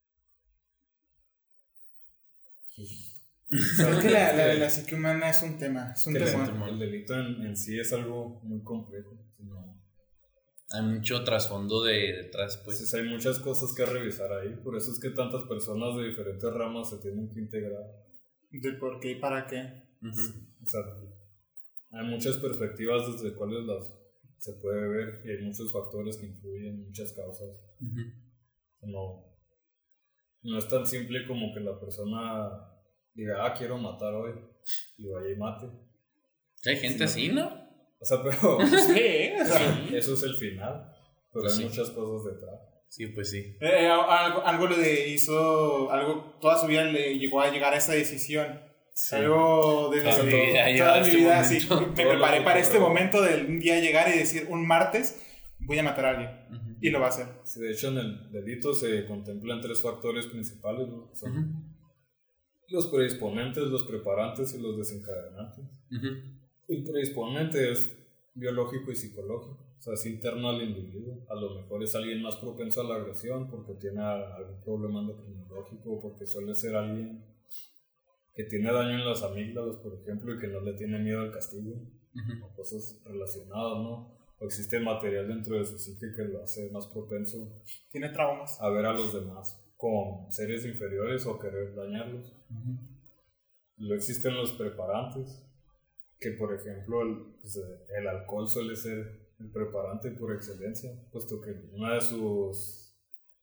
Creo que la, la, la psique humana es un tema, es un Que tema. el, el delito en, en sí es algo muy complejo. No. Hay mucho trasfondo de detrás, pues. Pues hay muchas cosas que revisar ahí. Por eso es que tantas personas de diferentes ramas se tienen que integrar. ¿De por qué y para qué? Uh-huh. O sea, hay muchas perspectivas desde cuáles las se puede ver y hay muchos factores que influyen, muchas causas. Uh-huh. No, no es tan simple como que la persona diga, ah, quiero matar hoy y vaya y mate. Hay gente Sí, así, ¿no? O sea, pero Sí, o sea, eso es el final, pero Pues hay sí. muchas cosas detrás. Sí, pues sí. eh, algo, algo le hizo, algo, toda su vida le llegó a llegar a esa decisión. Sí. Algo desde Toda mi todo- vida ha llegado toda a mi este vida, momento. sí, Todo me lo preparé que para este ocurrió. momento de un día llegar y decir, un martes voy a matar a alguien. Uh-huh. Y lo va a hacer. Sí, de hecho, en el delito se contemplan tres factores principales, ¿no? Son Uh-huh. los predisponentes, los preparantes y los desencadenantes. Uh-huh. El predisponente es biológico y psicológico, o sea, es interno al individuo. A lo mejor es alguien más propenso a la agresión porque tiene algún problema endocrinológico, porque suele ser alguien que tiene daño en las amígdalas, por ejemplo, y que no le tiene miedo al castigo, Uh-huh. o cosas relacionadas, ¿no? O existe material dentro de su psique que lo hace más propenso Tiene traumas. a ver a los demás como seres inferiores o querer dañarlos. Uh-huh. Luego existen los preparantes, que por ejemplo el, pues, el alcohol suele ser el preparante por excelencia, puesto que uno de sus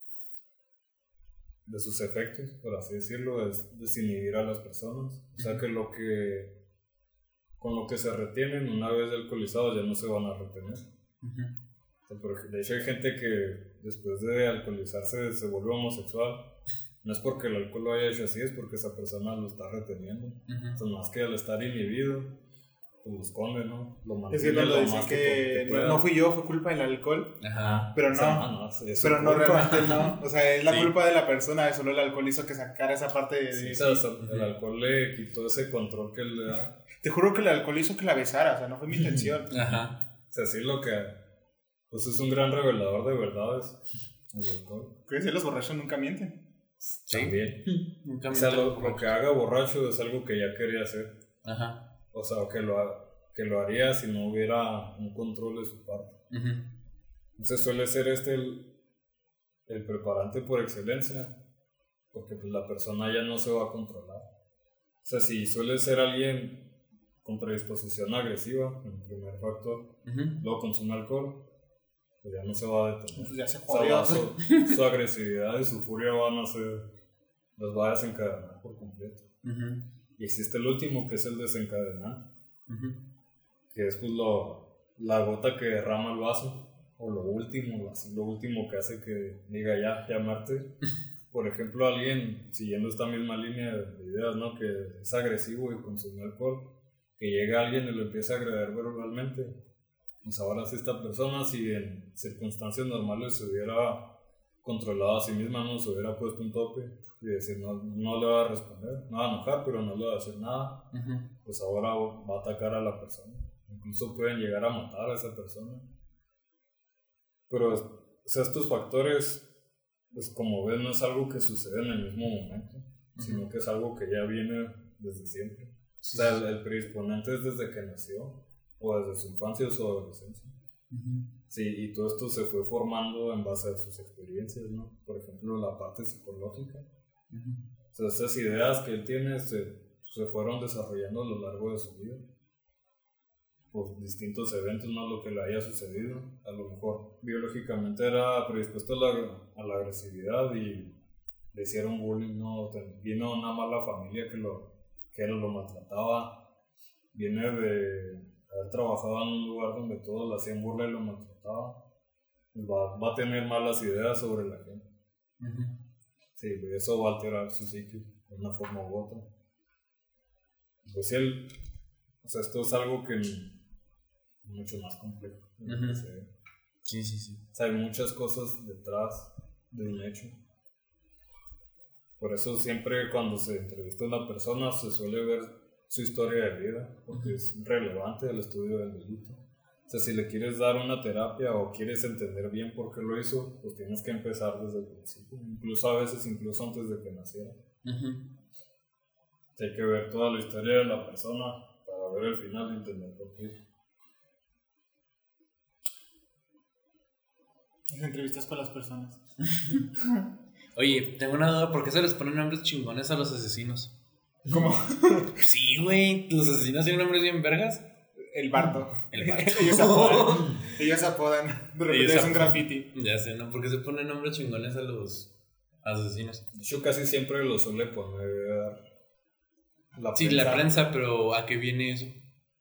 de sus efectos, por así decirlo, es desinhibir a las personas. O sea que lo que con lo que se retienen una vez alcoholizados ya no se van a retener. Uh-huh. De hecho hay gente que después de alcoholizarse se vuelve homosexual. No es porque el alcohol lo haya hecho así, es porque esa persona lo está reteniendo. Uh-huh. Entonces, más que al estar inhibido, pues lo esconde, ¿no? Lo Es que mantiene cuando lo dicen más que, que no, pueda. no fui yo, fue culpa del alcohol. Ajá. Pero O no, sea, no, no, es- es su pero no culpa. realmente no. O sea, es la Sí. culpa de la persona, solo el alcohol hizo que sacara esa parte de... Sí, o sea, o sea, el alcohol le quitó ese control que él le da. Te juro que el alcohol hizo que la besara, o sea, no fue mi intención. Ajá. O sea, sí lo que... Pues es un gran revelador de verdades, el alcohol. Creo que los borrachos nunca mienten. Sí. También. Nunca O me sea, lo, enteré. lo que haga borracho es algo que ya quería hacer. Ajá. O sea, que lo, ha- que lo haría si no hubiera un control de su parte. Uh-huh. Entonces suele ser este el, el preparante por excelencia, porque pues la persona ya no se va a controlar. O sea, si suele ser alguien con predisposición agresiva, el primer factor, Uh-huh. luego consume alcohol, pues ya no se va a detener. Pues ya se O sea, jodió. va- su, su agresividad y su furia van a ser, los va a desencadenar por completo. Uh-huh. Y existe el último, que es el desencadenante, Uh-huh. que es pues lo, la gota que derrama el vaso, o lo último, así, lo último que hace que diga ya, ya Marte. Por ejemplo, alguien, siguiendo esta misma línea de ideas, ¿no? Que es agresivo y consume alcohol, que llega alguien y lo empieza a agredir verbalmente. Pues ahora sí, esta persona, si en circunstancias normales se hubiera controlado a sí misma, no se hubiera puesto un tope y decir, no, no le va a responder, no va a enojar, pero no le va a hacer nada, Uh-huh. pues ahora va a atacar a la persona. Incluso pueden llegar a matar a esa persona. Pero, o sea, estos factores, pues como ves, no es algo que sucede en el mismo momento, Uh-huh. sino que es algo que ya viene desde siempre. Sí, O sea, sí. el, el predisponente es desde que nació, o desde su infancia o su adolescencia. Uh-huh. Sí, y todo esto se fue formando en base a sus experiencias, ¿no? Por ejemplo, la parte psicológica. Uh-huh. O sea, esas ideas que él tiene se, se fueron desarrollando a lo largo de su vida. Por distintos eventos, ¿no? Lo que le haya sucedido. A lo mejor biológicamente era predispuesto a la, a la agresividad y le hicieron bullying, ¿no? Vino una mala familia que lo, que él lo maltrataba. Viene de haber trabajado en un lugar donde todos le hacían burla y lo maltrataba. Va, va a tener malas ideas sobre la gente. Uh-huh. Sí, eso va a alterar su psique de una forma u otra. Pues él, o sea, esto es algo que mucho más complejo. Uh-huh. Sí, sí, sí. O sea, hay muchas cosas detrás de un hecho. Por eso siempre cuando se entrevista a una persona se suele ver su historia de vida, porque uh-huh. es relevante al estudio del delito. O sea, si le quieres dar una terapia o quieres entender bien por qué lo hizo, pues tienes que empezar desde el principio, incluso a veces incluso antes de que naciera. Uh-huh. Hay que ver toda la historia de la persona para ver el final y entender por qué. Las entrevistas con las personas. Oye, tengo una duda, ¿por qué se les ponen nombres chingones a los asesinos? ¿Cómo? Sí, güey, los asesinos tienen nombres bien vergas. El Barto. El Barto. Ellos apodan. Ellos apodan. De repente Ellos es un graffiti. Ya sé, ¿no? ¿Por qué se ponen nombres chingones a los asesinos? Yo casi siempre lo suele poner la sí, prensa. La prensa, pero ¿a qué viene eso?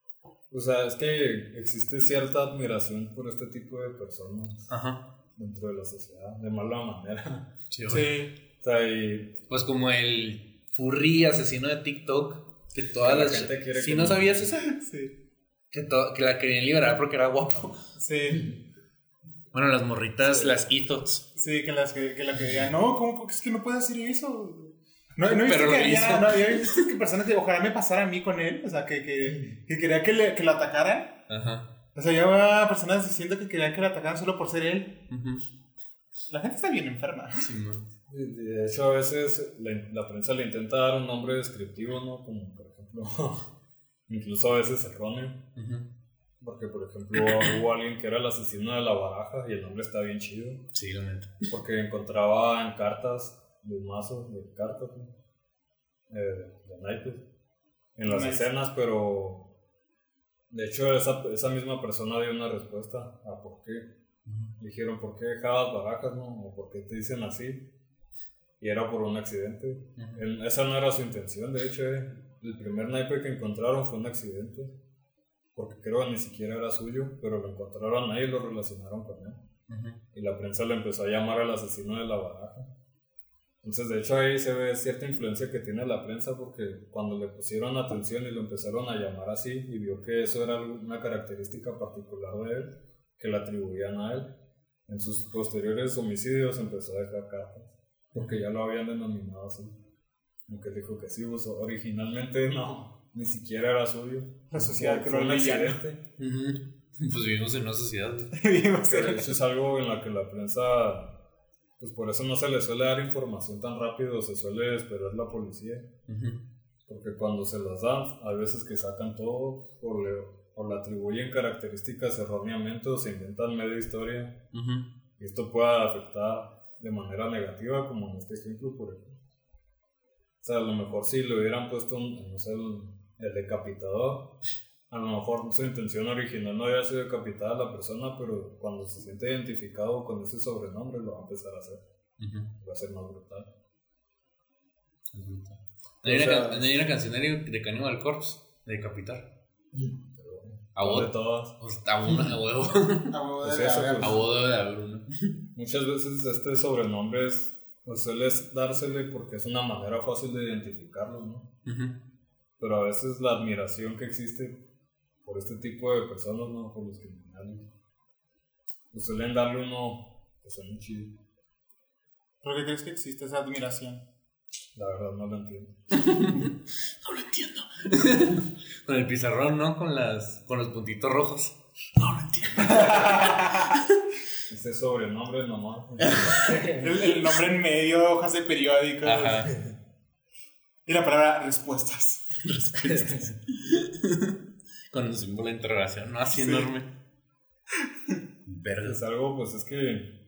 O sea, es que existe cierta admiración por este tipo de personas. Ajá. Dentro de la sociedad, de mala manera. Sí. sí. O sea, y... Pues como el furry asesino de TikTok, que toda la, la gente quiere. ¿Sí que no sabías eso? Sí. Que, to- que la querían liberar porque era guapo. Sí. Bueno, las morritas, sí. Las ethos. Sí, que las que, que la querían. No, ¿cómo es que no puede hacer eso? No, no viste que había, no, había visto que personas que ojalá me pasara a mí con él, o sea, que, que, que quería que, le, que lo atacaran. Ajá. O sea, ya había personas diciendo que querían que lo atacaran solo por ser él. Uh-huh. La gente está bien enferma. Sí, ¿no? De hecho, a veces la, la prensa le intenta dar un nombre descriptivo, ¿no? Como, por ejemplo, incluso a veces erróneo. Uh-huh. Porque, por ejemplo, hubo alguien que era el asesino de la baraja y el nombre está bien chido. Sí, la neta. Porque encontraba en cartas de mazo, de cartas, ¿no? eh, de naipes, en las nice. escenas, pero de hecho esa, esa misma persona dio una respuesta a por qué. Uh-huh. Dijeron, ¿por qué dejabas barajas, no? O ¿por qué te dicen así? Y era por un accidente. Uh-huh. Él, esa no era su intención, de hecho, eh. el primer naipe que encontraron fue un accidente, porque creo que ni siquiera era suyo, pero lo encontraron ahí y lo relacionaron con él. Uh-huh. Y la prensa le empezó a llamar al asesino de la baraja. Entonces, de hecho, ahí se ve cierta influencia que tiene la prensa, porque cuando le pusieron atención y lo empezaron a llamar así y vio que eso era una característica particular de él, que la atribuían a él, en sus posteriores homicidios empezó a dejar cartas, porque ya lo habían denominado así. Aunque dijo que sí, pues originalmente no, ni siquiera era suyo. La sociedad que no un accidente. Uh-huh. Pues vivimos en una sociedad. Pero eso es algo en la que la prensa... Pues por eso no se le suele dar información tan rápido, se suele esperar la policía. Uh-huh. Porque cuando se las dan, hay veces que sacan todo o le, o le atribuyen características erróneamente o se inventan media historia. Uh-huh. Y esto puede afectar de manera negativa, como en este ejemplo, por ejemplo. O sea, a lo mejor si le hubieran puesto un, no sé, el, el decapitador, a lo mejor su intención original no había sido decapitar a la persona, pero cuando se siente identificado con ese sobrenombre lo va a empezar a hacer. Uh-huh. Va a ser más brutal. Es brutal. ¿No hay, o sea, una, ¿no hay una canción de Cannibal Corpse de decapitar? Pero, a vos de todas. A uno, a huevo. A huevo pues de eso, haber. Pues, a huevo de haber uno. Muchas veces este sobrenombre es, pues suele dársele porque es una manera fácil de identificarlo, ¿no? Uh-huh. Pero a veces la admiración que existe por este tipo de personas, ¿no? Por los criminales, pues suelen darle uno que son muy chido. ¿Por qué crees que existe esa admiración? La verdad no lo entiendo. No lo entiendo. Con el pizarrón, ¿no? Con las con los puntitos rojos. No lo entiendo. Ese sobrenombre nomás. el, el nombre en medio, hojas de periódico. Ajá. Y la palabra respuestas. Respuestas. Con el símbolo de interrogación, ¿no? Así sí. Enorme. Verga. Es algo, pues es que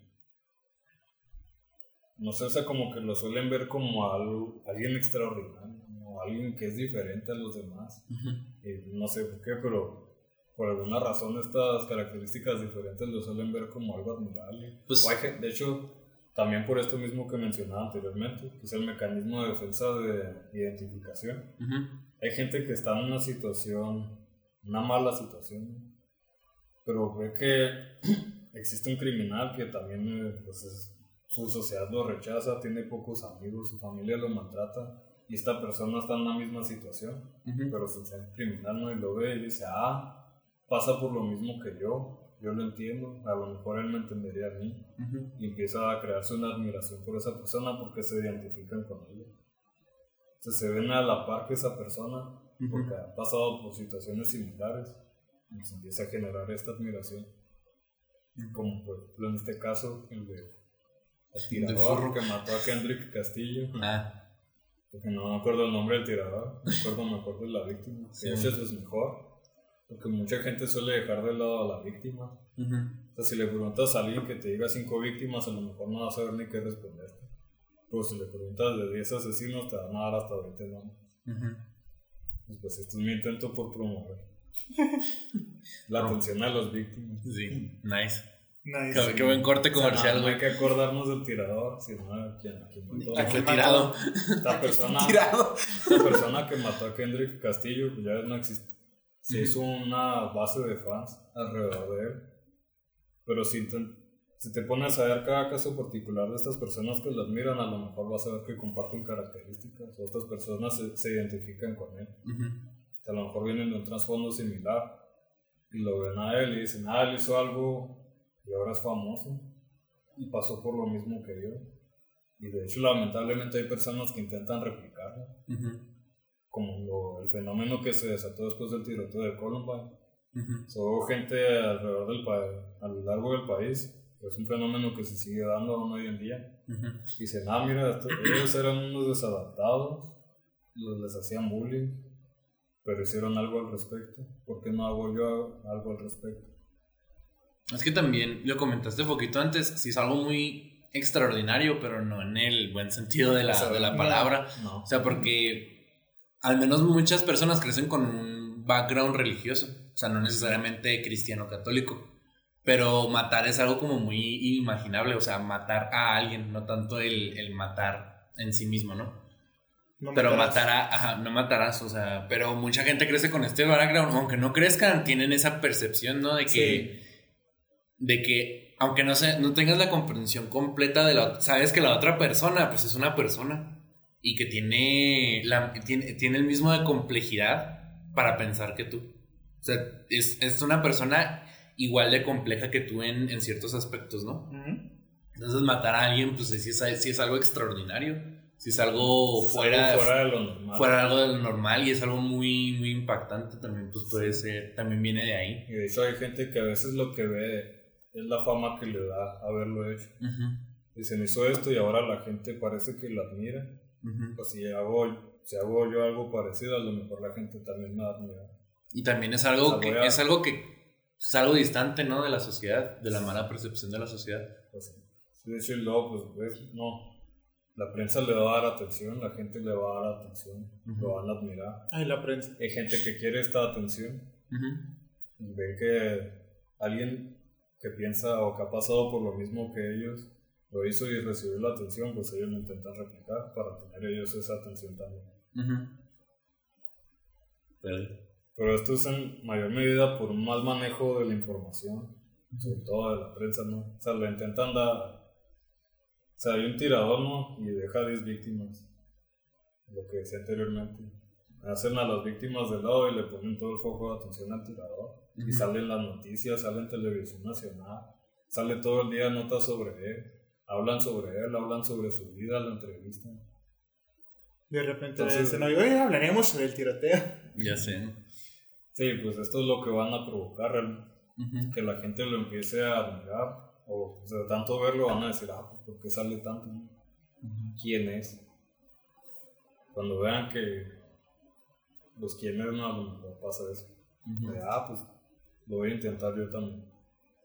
no sé, o sea, como que lo suelen ver como algo, alguien extraordinario, como alguien que es diferente a los demás. Uh-huh. Y no sé por qué, pero por alguna razón estas características diferentes lo suelen ver como algo admirable. Pues, de hecho, también por esto mismo que mencionaba anteriormente, que es el mecanismo de defensa de identificación. Uh-huh. Hay gente que está en una situación, una mala situación, pero ve que existe un criminal que también, pues, es, su sociedad lo rechaza, tiene pocos amigos, su familia lo maltrata, y esta persona está en la misma situación, uh-huh. pero sin ser criminal, ¿no? Y lo ve y dice, ah, pasa por lo mismo que yo, yo lo entiendo, a lo mejor él me entendería a mí, uh-huh. y empieza a crearse una admiración por esa persona porque se identifican con ella. Entonces se ven a la par que esa persona, uh-huh. porque ha pasado por situaciones similares, y se empieza a generar esta admiración. Uh-huh. Como por ejemplo en este caso, el de el tirador que mató a Kendrick Castillo. Ah. Porque no me acuerdo el nombre del tirador, me acuerdo, me acuerdo de la víctima. Sí. Que eso es mejor, porque mucha gente suele dejar de lado a la víctima. Uh-huh. O sea, si le preguntas a alguien que te diga cinco víctimas, a lo mejor no vas a saber ni qué responderte. Pero si le preguntas de diez asesinos, te van a dar hasta veinte nombres. Uh-huh. Y pues esto es mi intento por promover la atención a las víctimas. Sí, nice. Nice. Qué, qué buen corte comercial, güey. O sea, no, no hay que acordarnos del tirador, sino a quien, a quien mató. ¿A qué tirado? Esta persona, tirado? Esta persona que mató a Kendrick Castillo, pues ya no existe. Se uh-huh. hizo una base de fans alrededor de él. Pero si te, si te pones a ver cada caso particular de estas personas que lo admiran, a lo mejor vas a ver que comparten características, o estas personas se, se identifican con él. Uh-huh. O sea, a lo mejor vienen de un trasfondo similar y lo ven a él y dicen, ah, él hizo algo y ahora es famoso y pasó por lo mismo que yo. Y de hecho lamentablemente hay personas que intentan replicarlo, uh-huh. como lo, el fenómeno que se desató después del tiroteo de Columbine. Uh-huh. So, gente alrededor del país, a lo largo del país, es un fenómeno que se sigue dando aún hoy en día. Uh-huh. Dicen, ah, mira, esto, ellos eran unos desadaptados, les hacían bullying, pero hicieron algo al respecto. ¿Por qué no hago yo algo al respecto? Es que también lo comentaste un poquito antes, sí es algo muy extraordinario, pero no en el buen sentido de la, o sea, de la palabra. No, no. O sea, porque al menos muchas personas crecen con un background religioso, o sea, no necesariamente cristiano católico, pero matar es algo como muy inimaginable, o sea, matar a alguien, no tanto el, el matar en sí mismo, ¿no? No pero matará, ajá, no matarás, o sea, pero mucha gente crece con este background, aunque no crezcan, tienen esa percepción, ¿no? De que... Sí. De que, aunque no, se, no tengas la comprensión completa de la... Sabes que la otra persona, pues es una persona. Y que tiene, la, tiene, tiene el mismo de complejidad para pensar que tú. O sea, es, es una persona igual de compleja que tú en, en ciertos aspectos, ¿no? Uh-huh. Entonces matar a alguien, pues sí es, sí es algo extraordinario. Sí es algo es fuera, algo fuera de lo normal. Fuera algo de lo normal y es algo muy, muy impactante también, pues puede ser, también viene de ahí. Y de hecho hay gente que a veces lo que ve... es la fama que le da haberlo hecho. Uh-huh. Dicen, hizo esto y ahora la gente parece que lo admira. Uh-huh. Pues si hago, si hago yo algo parecido, a lo mejor la gente también me admira. Y también es algo, o sea, que, a... es algo que es algo distante, ¿no? De la sociedad, de la mala percepción de la sociedad. Pues sí. De hecho, y luego, pues, ves, no. La prensa le va a dar atención, la gente le va a dar atención, uh-huh. lo van a admirar. Ay, la prensa. Hay gente que quiere esta atención. Uh-huh. Y ven que alguien que piensa o que ha pasado por lo mismo que ellos lo hizo y recibió la atención, pues ellos lo intentan replicar para tener ellos esa atención también. Uh-huh. Pero, Pero esto es en mayor medida por un mal manejo de la información, uh-huh. sobre todo de la prensa, ¿no? O sea, lo intentan dar... O sea, hay un tirador, ¿no? Y deja diez víctimas, lo que decía anteriormente. Hacen a las víctimas de lado y le ponen todo el foco de atención al tirador. Uh-huh. Y salen las noticias, sale en televisión nacional, sale todo el día notas sobre él, hablan sobre él, hablan sobre su vida, la entrevistan. De repente dicen, oye, hoy hablaremos sobre el tiroteo. Ya sé. Sí, pues esto es lo que van a provocar, uh-huh. que la gente lo empiece a admirar, o, o sea, tanto verlo van a decir, ah, pues ¿por qué sale tanto? Uh-huh. ¿Quién es? Cuando vean que pues quién es, no, no pasa eso. Uh-huh. De, ah, pues lo voy a intentar yo también.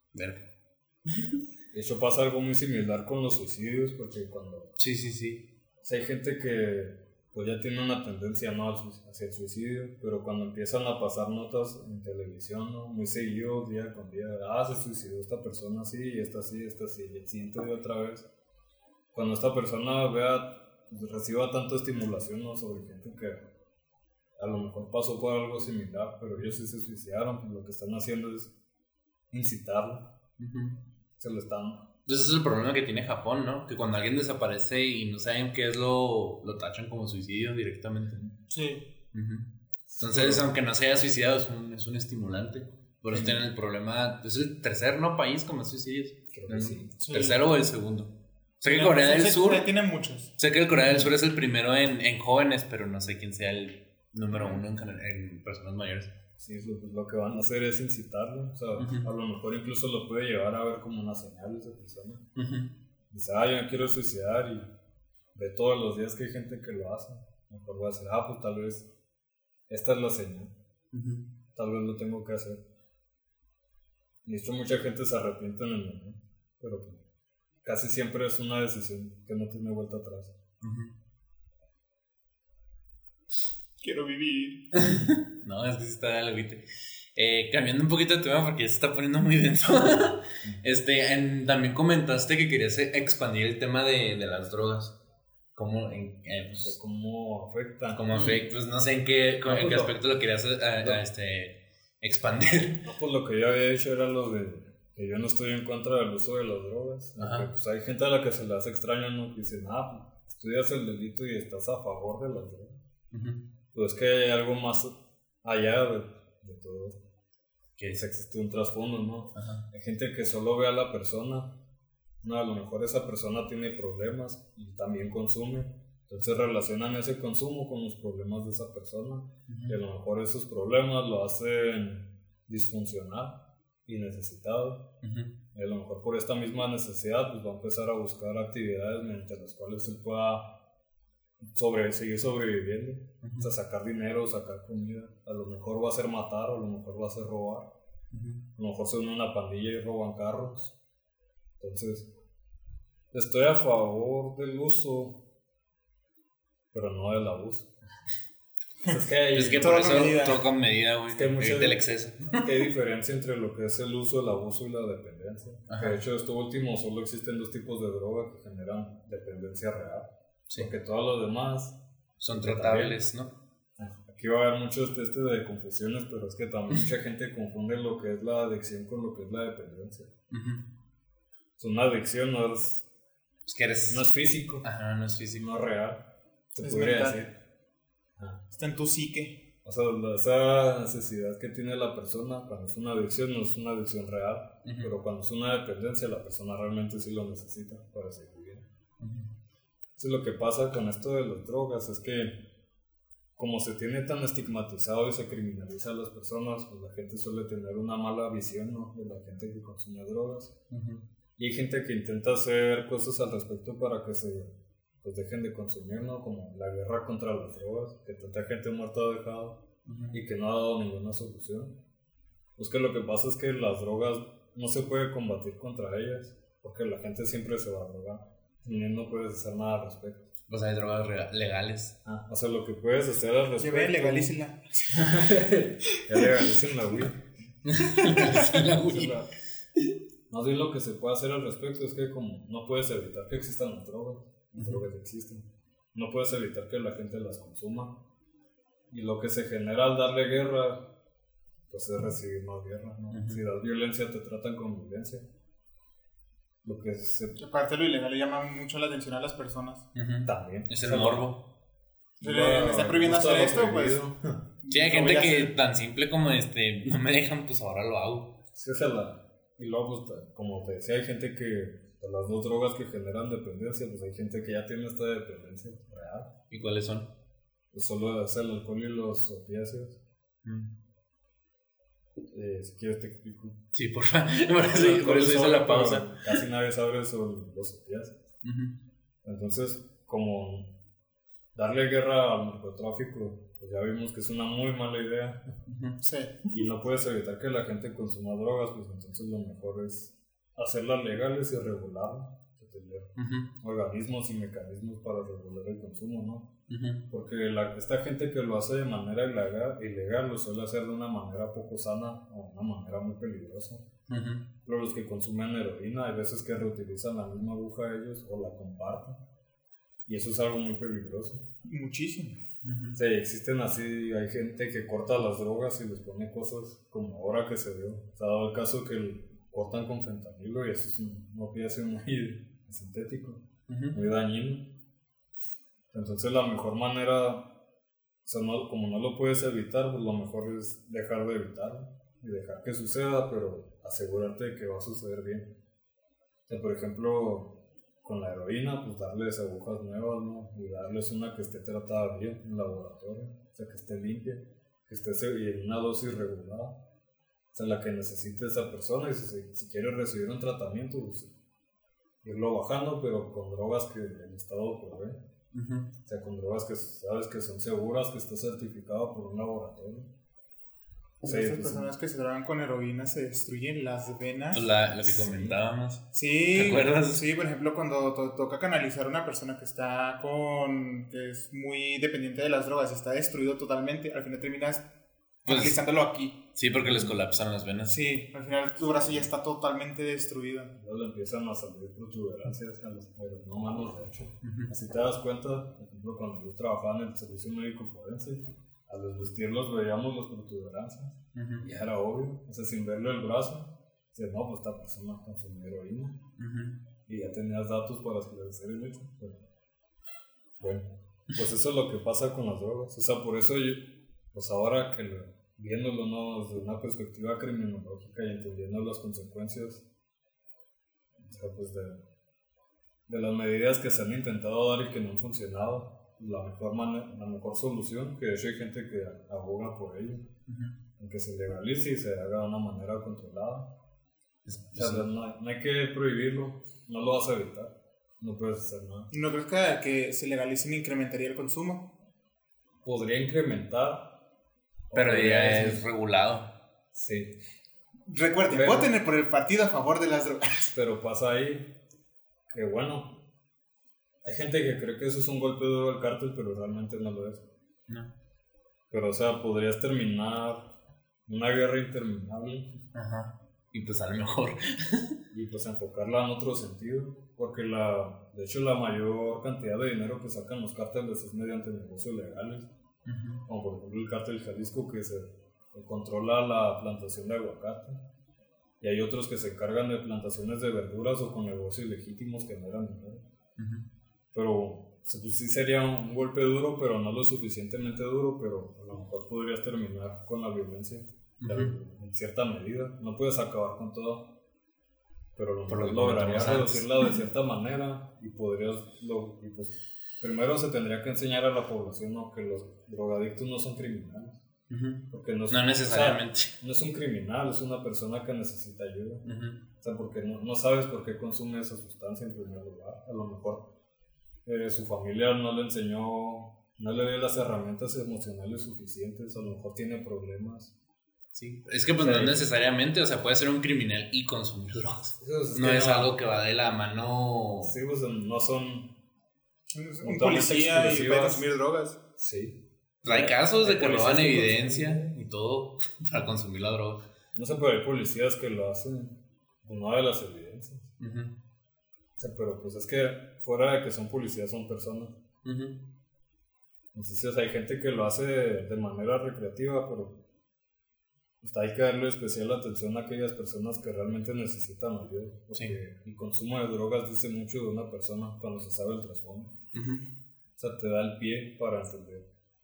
Verga. De hecho pasa algo muy similar con los suicidios, porque cuando... Sí, sí, sí. O sea, hay gente que pues ya tiene una tendencia, ¿no?, hacia el suicidio, pero cuando empiezan a pasar notas en televisión, ¿no?, muy seguido, día con día, ah, se suicidó esta persona así, y esta así, esta así, y el siguiente día otra vez. Cuando esta persona vea, pues, reciba tanta estimulación, ¿no?, sobre gente que a lo mejor pasó por algo similar, pero ellos sí se suicidaron, pues lo que están haciendo es incitarlo. Uh-huh. Se lo están... Entonces ese es el problema que tiene Japón, ¿no? Que cuando alguien desaparece y no saben qué es, lo, lo tachan como suicidio directamente. Sí. Uh-huh. Entonces, sí, aunque no se haya suicidado, es un, es un estimulante. Por eso uh-huh. tienen el problema... Es el tercer, ¿no?, país con más suicidios. Creo que sí. sí. ¿Tercero o el segundo? Sé que Corea del Sur... Tiene muchos. Sé que el Corea del Sur es el primero en, en jóvenes, pero no sé quién sea el número uno en, en personas mayores. Sí, lo, lo que van a hacer es incitarlo. O sea, uh-huh. a lo mejor incluso lo puede llevar a ver como una señal esa persona. Uh-huh. Dice, ah, yo me quiero suicidar, y ve todos los días que hay gente que lo hace. Mejor voy a decir, ah, pues tal vez esta es la señal. Uh-huh. Tal vez lo tengo que hacer. Y esto mucha gente se arrepiente en el momento, pero casi siempre es una decisión que no tiene vuelta atrás. Uh-huh. Quiero vivir. No, es que sí está algo. Eh, cambiando un poquito de tema porque ya se está poniendo muy denso. este, en, también comentaste que querías expandir el tema de, de las drogas. ¿Cómo, en, eh, pues, ¿Cómo afecta? ¿Cómo afecta? Pues no sé en qué, no, en qué aspecto lo querías a, a, a, este, expandir. No, pues lo que yo había hecho era lo de que yo no estoy en contra del uso de las drogas. Porque, pues, hay gente a la que se le hace extraño, ¿no?, que dicen, ah, estudias el delito y estás a favor de las drogas. Uh-huh. Pues que hay algo más allá de, de todo esto. Que existe un trasfondo, ¿no? Ajá. Hay gente que solo ve a la persona. No, a lo mejor esa persona tiene problemas y también consume. Entonces relacionan ese consumo con los problemas de esa persona. Uh-huh. Y a lo mejor esos problemas lo hacen disfuncional y necesitado. Uh-huh. Y a lo mejor por esta misma necesidad pues va a empezar a buscar actividades mediante las cuales se pueda sobre, seguir sobreviviendo. Uh-huh. O sea, sacar dinero, sacar comida. A lo mejor va a ser matar, o a lo mejor va a ser robar. Uh-huh. A lo mejor se unen a una pandilla y roban carros. Entonces, estoy a favor del uso, pero no del abuso. Es que, hay, es que por eso todo con medida, güey. Es que hay mucha del exceso. Que hay diferencia entre lo que es el uso, el abuso y la dependencia. De hecho, esto último, solo existen dos tipos de droga que generan dependencia real. Sí. Porque todos los demás son tratables, ¿no? Aquí va a haber muchos testes de confusiones, pero es que también mucha gente confunde lo que es la adicción con lo que es la dependencia. Uh-huh. Una adicción no es, es que eres, no es físico. Ajá, no es físico. No es real. Se es podría mental. decir. Ajá. Está en tu psique. O sea, esa necesidad que tiene la persona cuando es una adicción no es una adicción real. Uh-huh. Pero cuando es una dependencia, la persona realmente sí lo necesita para seguir viviendo. Uh-huh. Entonces, lo que pasa con esto de las drogas es que, como se tiene tan estigmatizado y se criminaliza a las personas, pues la gente suele tener una mala visión, ¿no?, de la gente que consume drogas. Uh-huh. Y hay gente que intenta hacer cosas al respecto para que se pues, dejen de consumir, ¿no? Como la guerra contra las drogas, que tanta gente muerta ha dejado uh-huh. y que no ha dado ninguna solución. Pues que lo que pasa es que las drogas no se puede combatir contra ellas, porque la gente siempre se va a drogar y no puedes hacer nada al respecto. Pues hay drogas rega- legales. Ah, o sea, lo que puedes hacer al respecto... Llevé, legalícenla. Ya legalicen la Wii. Legalicen la Wii. Más bien lo que se puede hacer al respecto es que como no puedes evitar que existan las drogas, las uh-huh. drogas existen, no puedes evitar que la gente las consuma, y lo que se genera al darle guerra pues es recibir más guerra, ¿no? Uh-huh. Si das violencia te tratan con violencia. Lo que se... Aparte lo ilegal le llama mucho la atención a las personas. Uh-huh. También es el morbo. Se le, me está prohibiendo hacer esto, pues sí, hay gente que tan simple como este no me dejan, pues ahora lo hago. Sí, o sea, la Y luego, pues, como te decía, hay gente que, de las dos drogas que generan dependencia, pues hay gente que ya tiene esta dependencia real. ¿Y cuáles son? Pues solo es el alcohol y los opiáceos. Mm. Eh, si quieres te explico. Sí, por favor. Por eso, por eso hice la pausa. Casi nadie sabe sobre los opiáceos. Uh-huh. Entonces, como darle guerra al narcotráfico, pues ya vimos que es una muy mala idea. Sí. Y no puedes evitar que la gente consuma drogas, pues entonces lo mejor es hacerlas legales y regularlas. Tener uh-huh. organismos y mecanismos para regular el consumo, ¿no? Uh-huh. Porque la, esta gente que lo hace de manera ilegal, ilegal lo suele hacer de una manera poco sana o de una manera muy peligrosa. Uh-huh. Pero los que consumen heroína, hay veces que reutilizan la misma aguja ellos o la comparten. Y eso es algo muy peligroso. Muchísimo. Uh-huh. Sí, existen así, hay gente que corta las drogas y les pone cosas como ahora que se dio. Se ha dado el caso que el, cortan con fentanilo y eso es un opiáceo muy sintético, uh-huh. muy dañino. Entonces la mejor manera, o sea, no, como no lo puedes evitar, pues lo mejor es dejar de evitarlo y dejar que suceda, pero asegurarte de que va a suceder bien. O sea, por ejemplo, con la heroína, pues darles agujas nuevas, ¿no? Y darles una que esté tratada bien en laboratorio, o sea, que esté limpia, que esté en una dosis regulada, o sea, la que necesite esa persona, y si, si quiere recibir un tratamiento, pues irlo bajando, pero con drogas que el Estado provee. Uh-huh. O sea, con drogas que sabes que son seguras, que está certificado por un laboratorio. Sí, esas pues, personas que se drogan con heroína se destruyen las venas. La, lo que comentábamos. Sí. ¿Te acuerdas? Sí, por ejemplo, cuando to- toca canalizar a una persona que está con. que es muy dependiente de las drogas y está destruido totalmente, al final terminas pues, canalizándolo aquí. Sí, porque les colapsan las venas. Sí, al final tu brazo ya está totalmente destruido. Luego le empiezan a salir protuberancias a los pero no malos de hecho. Uh-huh. Así te das cuenta, por ejemplo, cuando yo trabajaba en el servicio médico forense, a los vestirlos veíamos las protuberancias. Uh-huh. Y era obvio, o sea, sin verle el brazo, dices, no, pues esta persona consumió heroína. Uh-huh. Y ya tenías datos para esclarecer el hecho. Pero, bueno, pues eso es lo que pasa con las drogas. O sea, por eso yo, pues ahora que lo, viéndolo, ¿no?, desde una perspectiva criminológica y entendiendo las consecuencias, o sea, pues de, de las medidas que se han intentado dar y que no han funcionado, la mejor, man- la mejor solución, que de hecho hay gente que aboga por ello, uh-huh. en que se legalice y se haga de una manera controlada. Es, o sea, no, no hay que prohibirlo, no lo vas a evitar, no puedes hacer nada. ¿No crees que, que se legalicen incrementaría el consumo? Podría incrementar, pero ya es regulado. Sí. Recuerden, pero, voten por el partido a favor de las drogas. Pero pasa ahí que, bueno, hay gente que cree que eso es un golpe duro al cártel, pero realmente no lo es. No. Pero, o sea, podrías terminar una guerra interminable. Ajá. Y pues a lo mejor. Y pues enfocarla en otro sentido. Porque, la, de hecho, la mayor cantidad de dinero que sacan los cárteles es mediante negocios legales. Uh-huh. Como por ejemplo el cártel Jalisco, que se controla la plantación de aguacate, y hay otros que se encargan de plantaciones de verduras o con negocios legítimos que generan dinero. Uh-huh. Pero pues, sí sería un golpe duro, pero no lo suficientemente duro, pero a lo mejor podrías terminar con la violencia. Uh-huh. En cierta medida no puedes acabar con todo, pero a lo mejor lograrías reducirla de cierta manera y podrías lo, y pues primero se tendría que enseñar a la población, ¿no?, que los drogadictos no son criminales. Uh-huh. Porque no, es, no necesariamente. O sea, no es un criminal, es una persona que necesita ayuda. Uh-huh. O sea, porque no, no sabes por qué consume esa sustancia en primer lugar. A lo mejor eh, su familia no le enseñó, no le dio las herramientas emocionales suficientes, a lo mejor tiene problemas. Sí, es que pues sí. No necesariamente, o sea, puede ser un criminal y consumir drogas. Pues es no es no, algo que va de la mano. Sí, pues no son... Un policía y puede consumir drogas. Sí. Hay casos de que roban evidencia y todo para consumir la droga. No sé, pero hay policías que lo hacen una de las evidencias. Uh-huh. O sea, pero pues es que fuera de que son policías, son personas. Uh-huh. Entonces, o sea, hay gente que lo hace de, de manera recreativa, pero pues, hay que darle especial atención a aquellas personas que realmente necesitan ayuda. Porque sí. El consumo de drogas dice mucho de una persona cuando se sabe el trasfondo. Uh-huh. O sea, te da el pie para entender.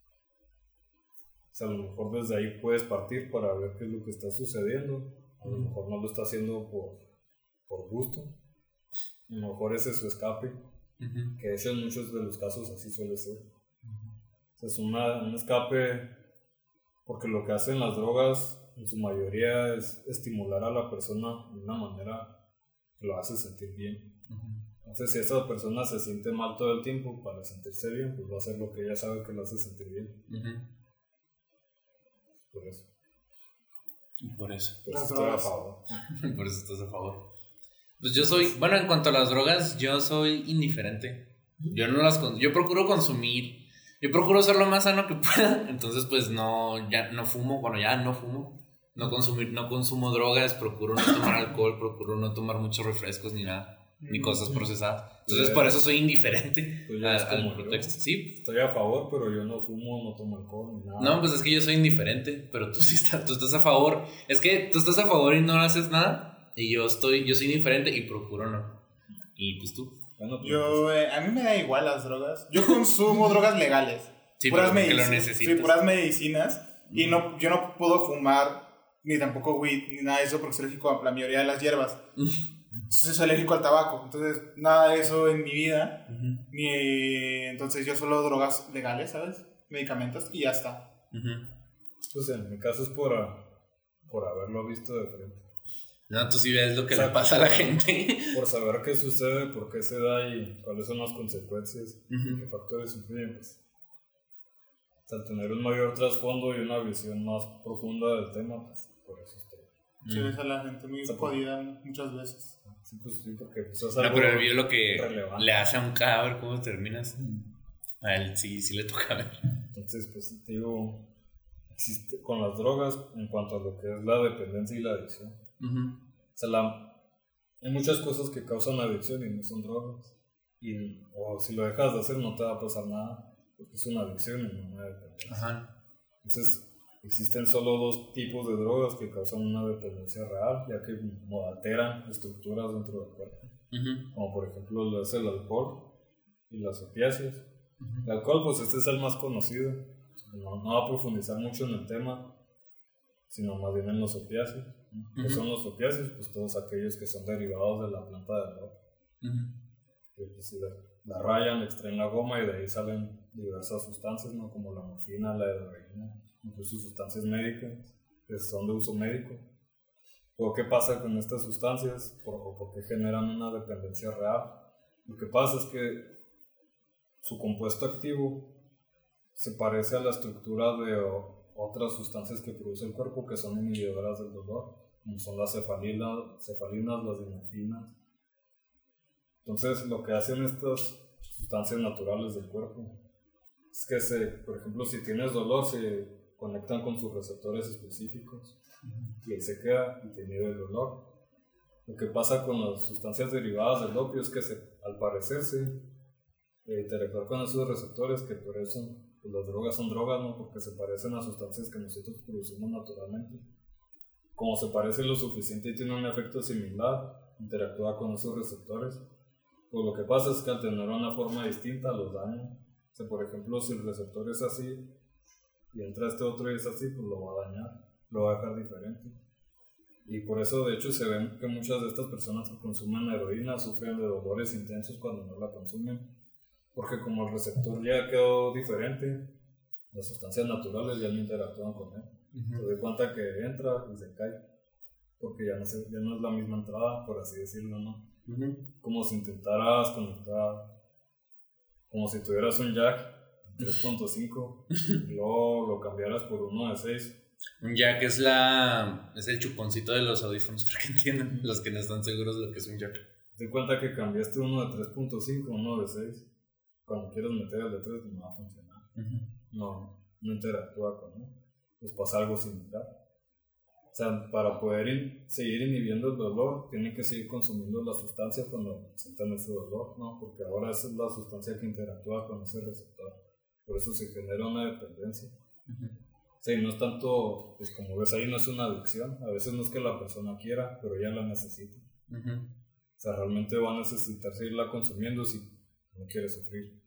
O sea, a lo mejor desde ahí puedes partir para ver qué es lo que está sucediendo. A lo mejor no lo está haciendo por, por gusto. A lo mejor ese es su escape. Uh-huh. Que eso en muchos de los casos así suele ser. Uh-huh. O sea, es una, un escape porque lo que hacen las drogas en su mayoría es estimular a la persona de una manera que lo hace sentir bien. Uh-huh. Entonces, si esta persona se siente mal todo el tiempo para sentirse bien, pues va a hacer lo que ella sabe que lo hace sentir bien. Uh-huh. Por eso. Por eso. Por eso estoy a favor. Por eso estás a favor. Pues yo soy, bueno, en cuanto a las drogas, yo soy indiferente. Yo no las, yo procuro consumir, yo procuro ser lo más sano que pueda. Entonces, pues no, ya no fumo, bueno, ya no fumo. No consumir, no consumo drogas, procuro no tomar alcohol, procuro no tomar muchos refrescos ni nada. Ni cosas procesadas. Entonces, por eso soy indiferente pues a, al pretexto. Sí. Estoy a favor, pero yo no fumo, no tomo alcohol, ni nada. No, pues es que yo soy indiferente, pero tú sí estás, tú estás a favor. Es que tú estás a favor y no haces nada. Y yo estoy, yo soy indiferente y procuro no. Y pues tú. Bueno, pues, yo, eh, a mí me da igual las drogas. Yo consumo drogas legales. Sí, puras pero medic- lo necesitas. Sí, puras medicinas. Mm. Y no, yo no puedo fumar, ni tampoco weed, ni nada de eso, porque soy alérgico a la mayoría de las hierbas. Entonces soy alérgico al tabaco, entonces nada de eso en mi vida, uh-huh. ni entonces yo solo drogas legales, ¿sabes? Medicamentos y ya está. Uh-huh. Pues en mi caso es por, por haberlo visto de frente. No, tú sí ves lo que o sea, le pasa a la gente. Por saber qué sucede, por qué se da y cuáles son las consecuencias, uh-huh. qué factores influyen, pues. O sea, al tener un mayor trasfondo y una visión más profunda del tema, pues por eso estoy. Sí, ves a la gente muy jodida muchas veces. Sí, pues sí, porque pues, es algo no, pero el video lo que relevante. Le hace a un cadáver, ¿cómo terminas? A él sí, sí le toca ver. Entonces, pues, digo, existe con las drogas en cuanto a lo que es la dependencia y la adicción. Uh-huh. O sea, la, hay muchas cosas que causan adicción y no son drogas. Y, o si lo dejas de hacer no te va a pasar nada, porque es una adicción y no una dependencia. Ajá. Entonces, existen solo dos tipos de drogas que causan una dependencia real, ya que alteran estructuras dentro del cuerpo. Uh-huh. Como por ejemplo lo es el alcohol y las opiáceas. Uh-huh. El alcohol, pues este es el más conocido. No, no va a profundizar mucho en el tema, sino más bien en los opiáceos. Uh-huh. ¿Qué son los opiáceos? Pues todos aquellos que son derivados de la planta del ropa. Uh-huh. Que pues, la, la rayan, le extraen la goma y de ahí salen diversas sustancias, ¿no? Como la morfina, la heroína, incluso sustancias médicas que son de uso médico. ¿O qué pasa con estas sustancias? ¿O por qué generan una dependencia real? Lo que pasa es que su compuesto activo se parece a la estructura de otras sustancias que produce el cuerpo que son inhibidoras del dolor, como son las cefalinas, cefalinas las dinarfinas. Entonces, lo que hacen estas sustancias naturales del cuerpo es que, se, por ejemplo, si tienes dolor, se conectan con sus receptores específicos y ahí se queda y te inhibe el dolor. Lo que pasa con las sustancias derivadas del opio es que se, al parecerse eh, interactuar con esos receptores, que por eso pues las drogas son drogas, ¿no? Porque se parecen a sustancias que nosotros producimos naturalmente. Como se parecen lo suficiente y tienen un efecto similar, interactúa con esos receptores. Pues lo que pasa es que al tener una forma distinta los daña. O sea, por ejemplo, si el receptor es así y entra este otro y es así, pues lo va a dañar, lo va a dejar diferente. Y por eso, de hecho, se ven que muchas de estas personas que consumen heroína sufren de dolores intensos cuando no la consumen. Porque como el receptor ya quedó diferente, las sustancias naturales ya no interactúan con él. Uh-huh. Te das cuenta que entra y se cae, porque ya no, se, ya no es la misma entrada, por así decirlo, ¿no? Uh-huh. Como si intentaras conectar, como si tuvieras un jack tres punto cinco y luego lo cambiaras por uno de seis. Un jack es la es el chuponcito de los audífonos, para que entiendan los que no están seguros de lo que es un jack. Te das cuenta que cambiaste uno de tres punto cinco a uno de seis. Cuando quieres meter el de tres no va a funcionar. Uh-huh. No, no interactúa con él. Pues pasa algo similar. O sea, para poder in, seguir inhibiendo el dolor, tienen que seguir consumiendo la sustancia cuando sientan ese dolor, ¿no? Porque ahora esa es la sustancia que interactúa con ese receptor. Por eso se genera una dependencia. Uh-huh. O sea, y no es tanto, pues como ves ahí, no es una adicción. A veces no es que la persona quiera, pero ya la necesita. Uh-huh. O sea, realmente va a necesitar seguirla consumiendo si no quiere sufrir.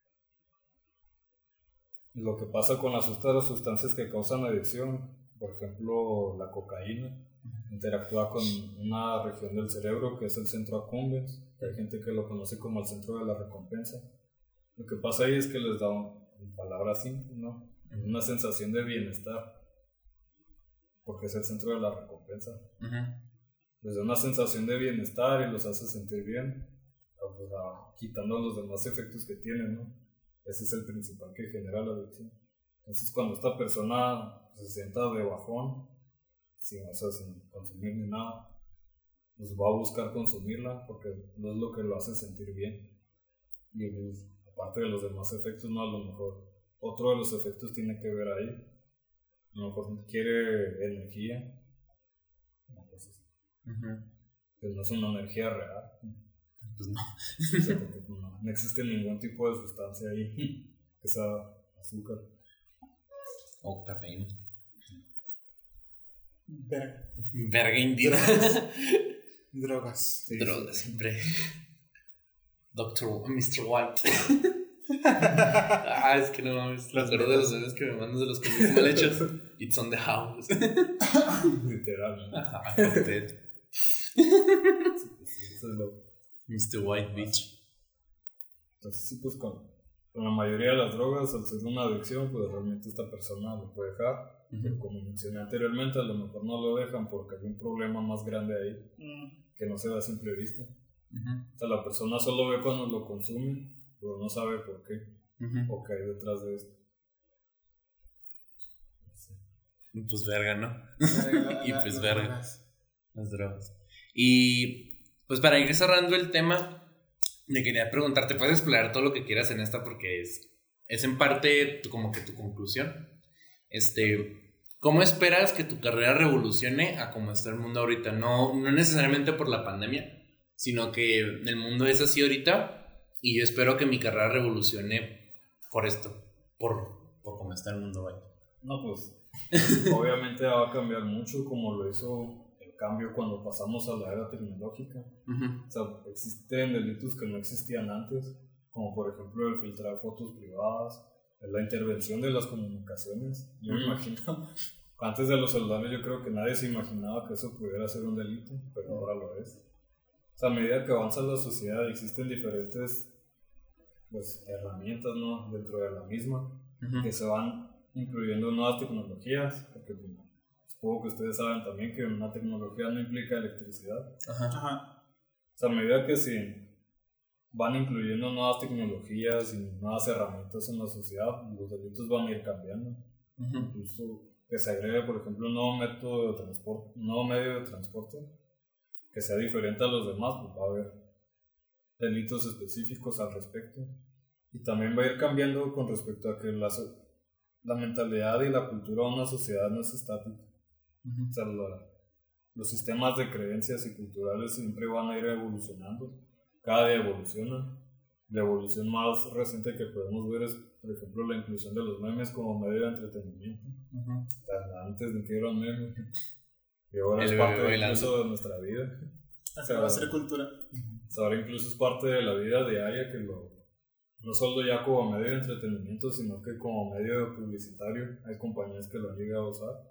Lo que pasa con las otras sustancias que causan adicción, por ejemplo la cocaína, uh-huh. interactúa con una región del cerebro que es el centro accumbens, que hay gente que lo conoce como el centro de la recompensa. Lo que pasa ahí es que les da, en palabras simples, ¿no? uh-huh. una sensación de bienestar, porque es el centro de la recompensa. Uh-huh. Les da una sensación de bienestar y los hace sentir bien. o sea, quitando los demás efectos que tiene, ¿no? Ese es el principal que genera la adicción. Entonces, cuando esta persona se sienta de bajón, sin, o sea, sin consumir ni nada, pues va a buscar consumirla porque no es lo que lo hace sentir bien. Y pues, aparte de los demás efectos, no, a lo mejor otro de los efectos tiene que ver ahí. A lo mejor quiere energía, no, pues, uh-huh. Pues no es una energía real. Pues no. O sea, porque no, no existe ningún tipo de sustancia ahí que sea azúcar. O cafeína. Verga. Verga indígena. Drogas. Sí, Drogas, sí. Siempre. Doctor mister White. Ah, es que no mames. Las verdad de los memes que me mandas de los cómics mal hechos. It's on the house. Literal. Ajá, usted. Sí, pues, eso es lo. mister White Bitch. Entonces, sí, pues con, con la mayoría de las drogas, al ser una adicción, pues realmente esta persona lo puede dejar. Uh-huh. Pero como mencioné anteriormente, a lo mejor no lo dejan porque hay un problema más grande ahí uh-huh. que no se da a simple vista. Uh-huh. O sea, la persona solo ve cuando lo consume, pero no sabe por qué uh-huh. o qué hay detrás de esto. Sí. Pues verga, ¿no? Y pues verga. Las drogas. Y pues para ir cerrando el tema, me quería preguntarte, puedes explorar todo lo que quieras en esta porque es, es en parte tu, como que tu conclusión. Este, ¿cómo esperas que tu carrera revolucione a cómo está el mundo ahorita? No, no necesariamente por la pandemia, sino que el mundo es así ahorita y yo espero que mi carrera revolucione por esto, por, por cómo está el mundo hoy. No, pues obviamente va a cambiar mucho como lo hizo el cambio cuando pasamos a la era tecnológica. Uh-huh. O sea, existen delitos que no existían antes, como por ejemplo el filtrar fotos privadas, la intervención de las comunicaciones. Yo uh-huh. me imagino, antes de los celulares yo creo que nadie se imaginaba que eso pudiera ser un delito, pero ahora lo es. O sea, a medida que avanza la sociedad existen diferentes pues, herramientas, ¿no? Dentro de la misma, uh-huh. que se van incluyendo nuevas tecnologías, porque supongo que ustedes saben también que una tecnología no implica electricidad. Ajá. Ajá. O sea, a medida que se van incluyendo nuevas tecnologías y nuevas herramientas en la sociedad, los delitos van a ir cambiando. Uh-huh. Incluso que se agregue, por ejemplo, un nuevo método de transporte, un nuevo medio de transporte que sea diferente a los demás, pues va a haber delitos específicos al respecto. Y también va a ir cambiando con respecto a que la, la mentalidad y la cultura de una sociedad no es estática. Uh-huh. O sea, la, los sistemas de creencias y culturales siempre van a ir evolucionando. Cada día evoluciona. La evolución más reciente que podemos ver es, por ejemplo, la inclusión de los memes como medio de entretenimiento. Uh-huh. O sea, antes de que era un meme. Y ahora el es parte de, incluso de nuestra vida. O sea, va a ser cultura. O sea, ahora incluso es parte de la vida diaria que lo... No solo ya como medio de entretenimiento, sino que como medio publicitario. Hay compañías que lo han llegado a usar.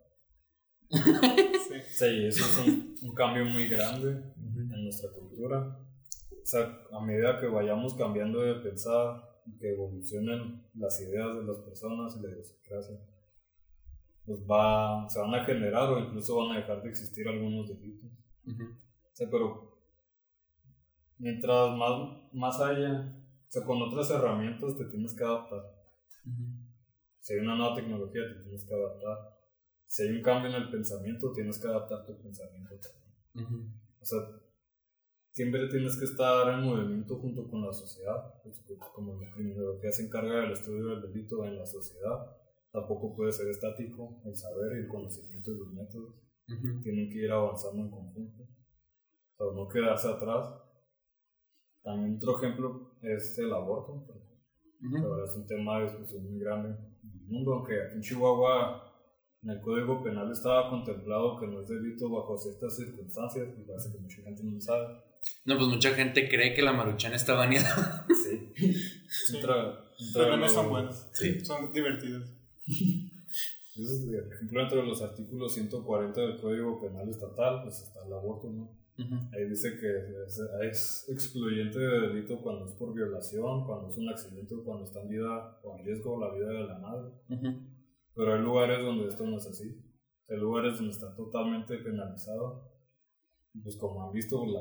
Sí. Sí, eso es un, un cambio muy grande uh-huh. en nuestra cultura. O sea, a medida que vayamos cambiando de pensar, que evolucionen las ideas de las personas y la idiosincrasia, pues va, se van a generar o incluso van a dejar de existir algunos delitos. Uh-huh. O sea, pero mientras más, más haya, o sea, con otras herramientas te tienes que adaptar. Uh-huh. Si hay una nueva tecnología, te tienes que adaptar. Si hay un cambio en el pensamiento, tienes que adaptar tu pensamiento también. Uh-huh. O sea, siempre tienes que estar en movimiento junto con la sociedad. Pues, como la criminología se encarga del estudio del delito en la sociedad, tampoco puede ser estático el saber y el conocimiento de los métodos. Uh-huh. Tienen que ir avanzando en conjunto. O sea, no quedarse atrás. También otro ejemplo es el aborto. Uh-huh. La verdad es un tema de discusión muy grande en el mundo, aunque aquí en Chihuahua en el Código Penal estaba contemplado que no es delito bajo ciertas circunstancias, y parece que mucha gente no lo sabe. No, pues mucha gente cree que la Maruchan está baneada. Sí. Sí. Entra, entra Pero no lo... son buenos, sí. Son divertidos. Entonces, por ejemplo, entre los artículos ciento cuarenta del Código Penal Estatal, pues está el aborto, ¿no? Uh-huh. Ahí dice que es, es excluyente de delito cuando es por violación, cuando es un accidente o cuando está en vida o en riesgo la vida de la madre. Uh-huh. Pero hay lugares donde esto no es así. Hay lugares donde está totalmente penalizado. Pues como han visto, la,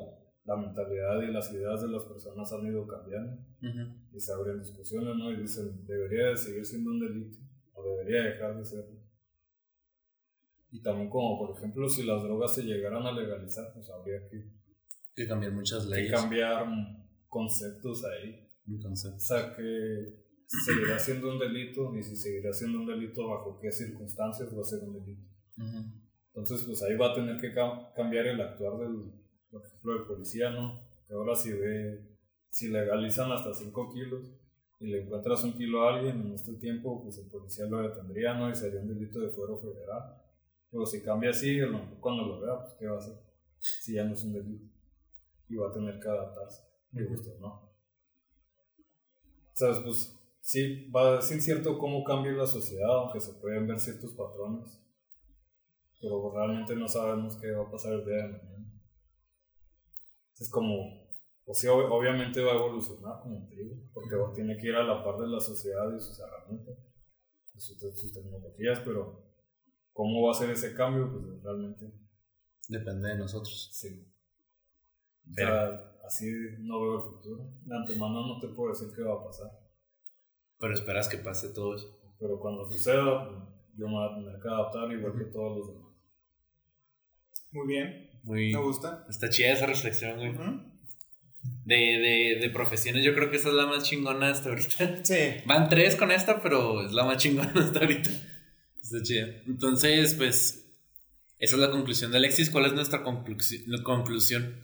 la mentalidad y las ideas de las personas han ido cambiando. Uh-huh. Y se abren discusiones, ¿no? Y dicen, debería de seguir siendo un delito o debería dejar de serlo. Y también como, por ejemplo, si las drogas se llegaran a legalizar, pues habría que, que cambiar muchas leyes. Que cambiar conceptos ahí. Conceptos. O sea, que seguirá siendo un delito, y si seguirá siendo un delito, ¿bajo qué circunstancias va a ser un delito? Uh-huh. Entonces, pues ahí va a tener que cam- cambiar el actuar del, por ejemplo, del policía, ¿no? Que ahora si ve, si legalizan hasta cinco kilos y le encuentras un kilo a alguien en este tiempo, pues el policía lo detendría, ¿no? Y sería un delito de fuero federal. Pero si cambia así, a lo mejor cuando lo vea, pues ¿qué va a hacer? Si ya no es un delito. Y va a tener que adaptarse. Me gusta, ¿no? ¿Sabes? Pues sí, va a ser incierto cómo cambia la sociedad, aunque se pueden ver ciertos patrones. Pero realmente no sabemos qué va a pasar el día de mañana. Es como, o sea, ob- obviamente va a evolucionar, como te digo, porque tiene que ir a la par de la sociedad y sus herramientas, y sus, sus tecnologías, pero ¿cómo va a ser ese cambio? Pues realmente depende de nosotros. Sí. O sea, así no veo el futuro. De antemano no te puedo decir qué va a pasar. Pero esperas que pase todo eso. Pero cuando suceda, yo me voy a tener que adaptar igual uh-huh. que todos los demás. Muy bien. Muy, me gusta. Está chida esa reflexión, güey. Uh-huh. De, de, de profesiones, yo creo que esa es la más chingona hasta ahorita. Sí. Van tres con esta, pero es la más chingona hasta ahorita. Está chida. Entonces, pues, esa es la conclusión de Alexis. ¿Cuál es nuestra conclu- conclusión?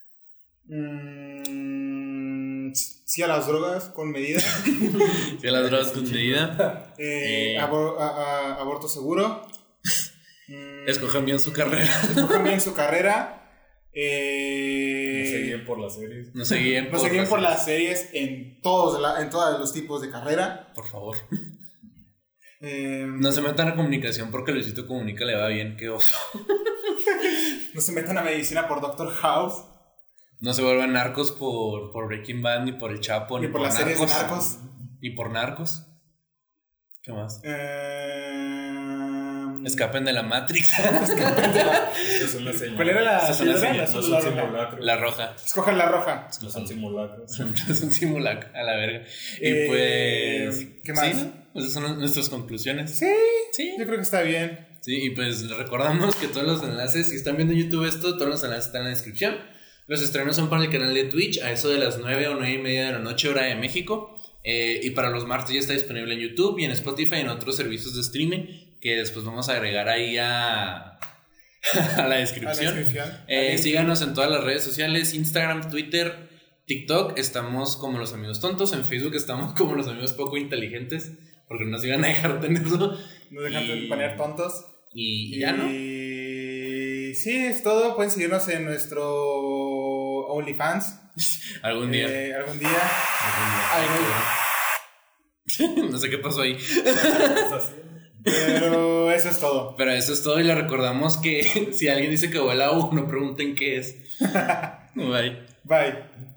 Mm, sí a las drogas con medida. Sí a las drogas con medida. Eh, eh, abor- a, a, aborto seguro. Escojan bien su carrera. Escojan bien su carrera. Eh, no se guíen por las series. No se guíen por, no se guíen por las series en todos, la, en todos los tipos de carrera. Por favor. Eh, no se metan a comunicación porque Luisito Comunica le va bien. Qué oso. No se metan a medicina por Doctor House. No se vuelvan narcos por, por Breaking Bad, ni por El Chapo, ni, ni por, por las narcos, series de narcos. Ni por narcos. ¿Qué más? Eh, Escapen de la Matrix. Escapen de la... Es una señal. ¿Cuál era la señal? La, no la, roja. La roja. Escojan la roja. No son simulacros. Es un simulacro, a la verga. Eh, y pues... ¿Qué más? ¿Sí, no? Pues esas son nuestras conclusiones. Sí, sí, yo creo que está bien. Sí, y pues les recordamos que todos los enlaces, si están viendo en YouTube esto, todos los enlaces están en la descripción. Los estrenos son para el canal de Twitch a eso de las nueve o nueve y media de la noche, hora de México. Eh, y para los martes ya está disponible en YouTube y en Spotify y en otros servicios de streaming que después vamos a agregar ahí a, a la descripción. A la descripción. Eh, síganos en todas las redes sociales, Instagram, Twitter, TikTok. Estamos como Los Amigos Tontos. En Facebook estamos como Los Amigos Poco Inteligentes, porque no nos iban a dejar tenerlo. No dejan de poner tontos. Y, y ya no. Y sí, es todo. Pueden seguirnos en nuestro OnlyFans. Algún día. Eh, algún día. Algún día. Algún día. No sé qué pasó ahí. Pero eso es todo. Pero eso es todo. Y le recordamos que si alguien dice que huele a U, no pregunten qué es. Bye. Bye.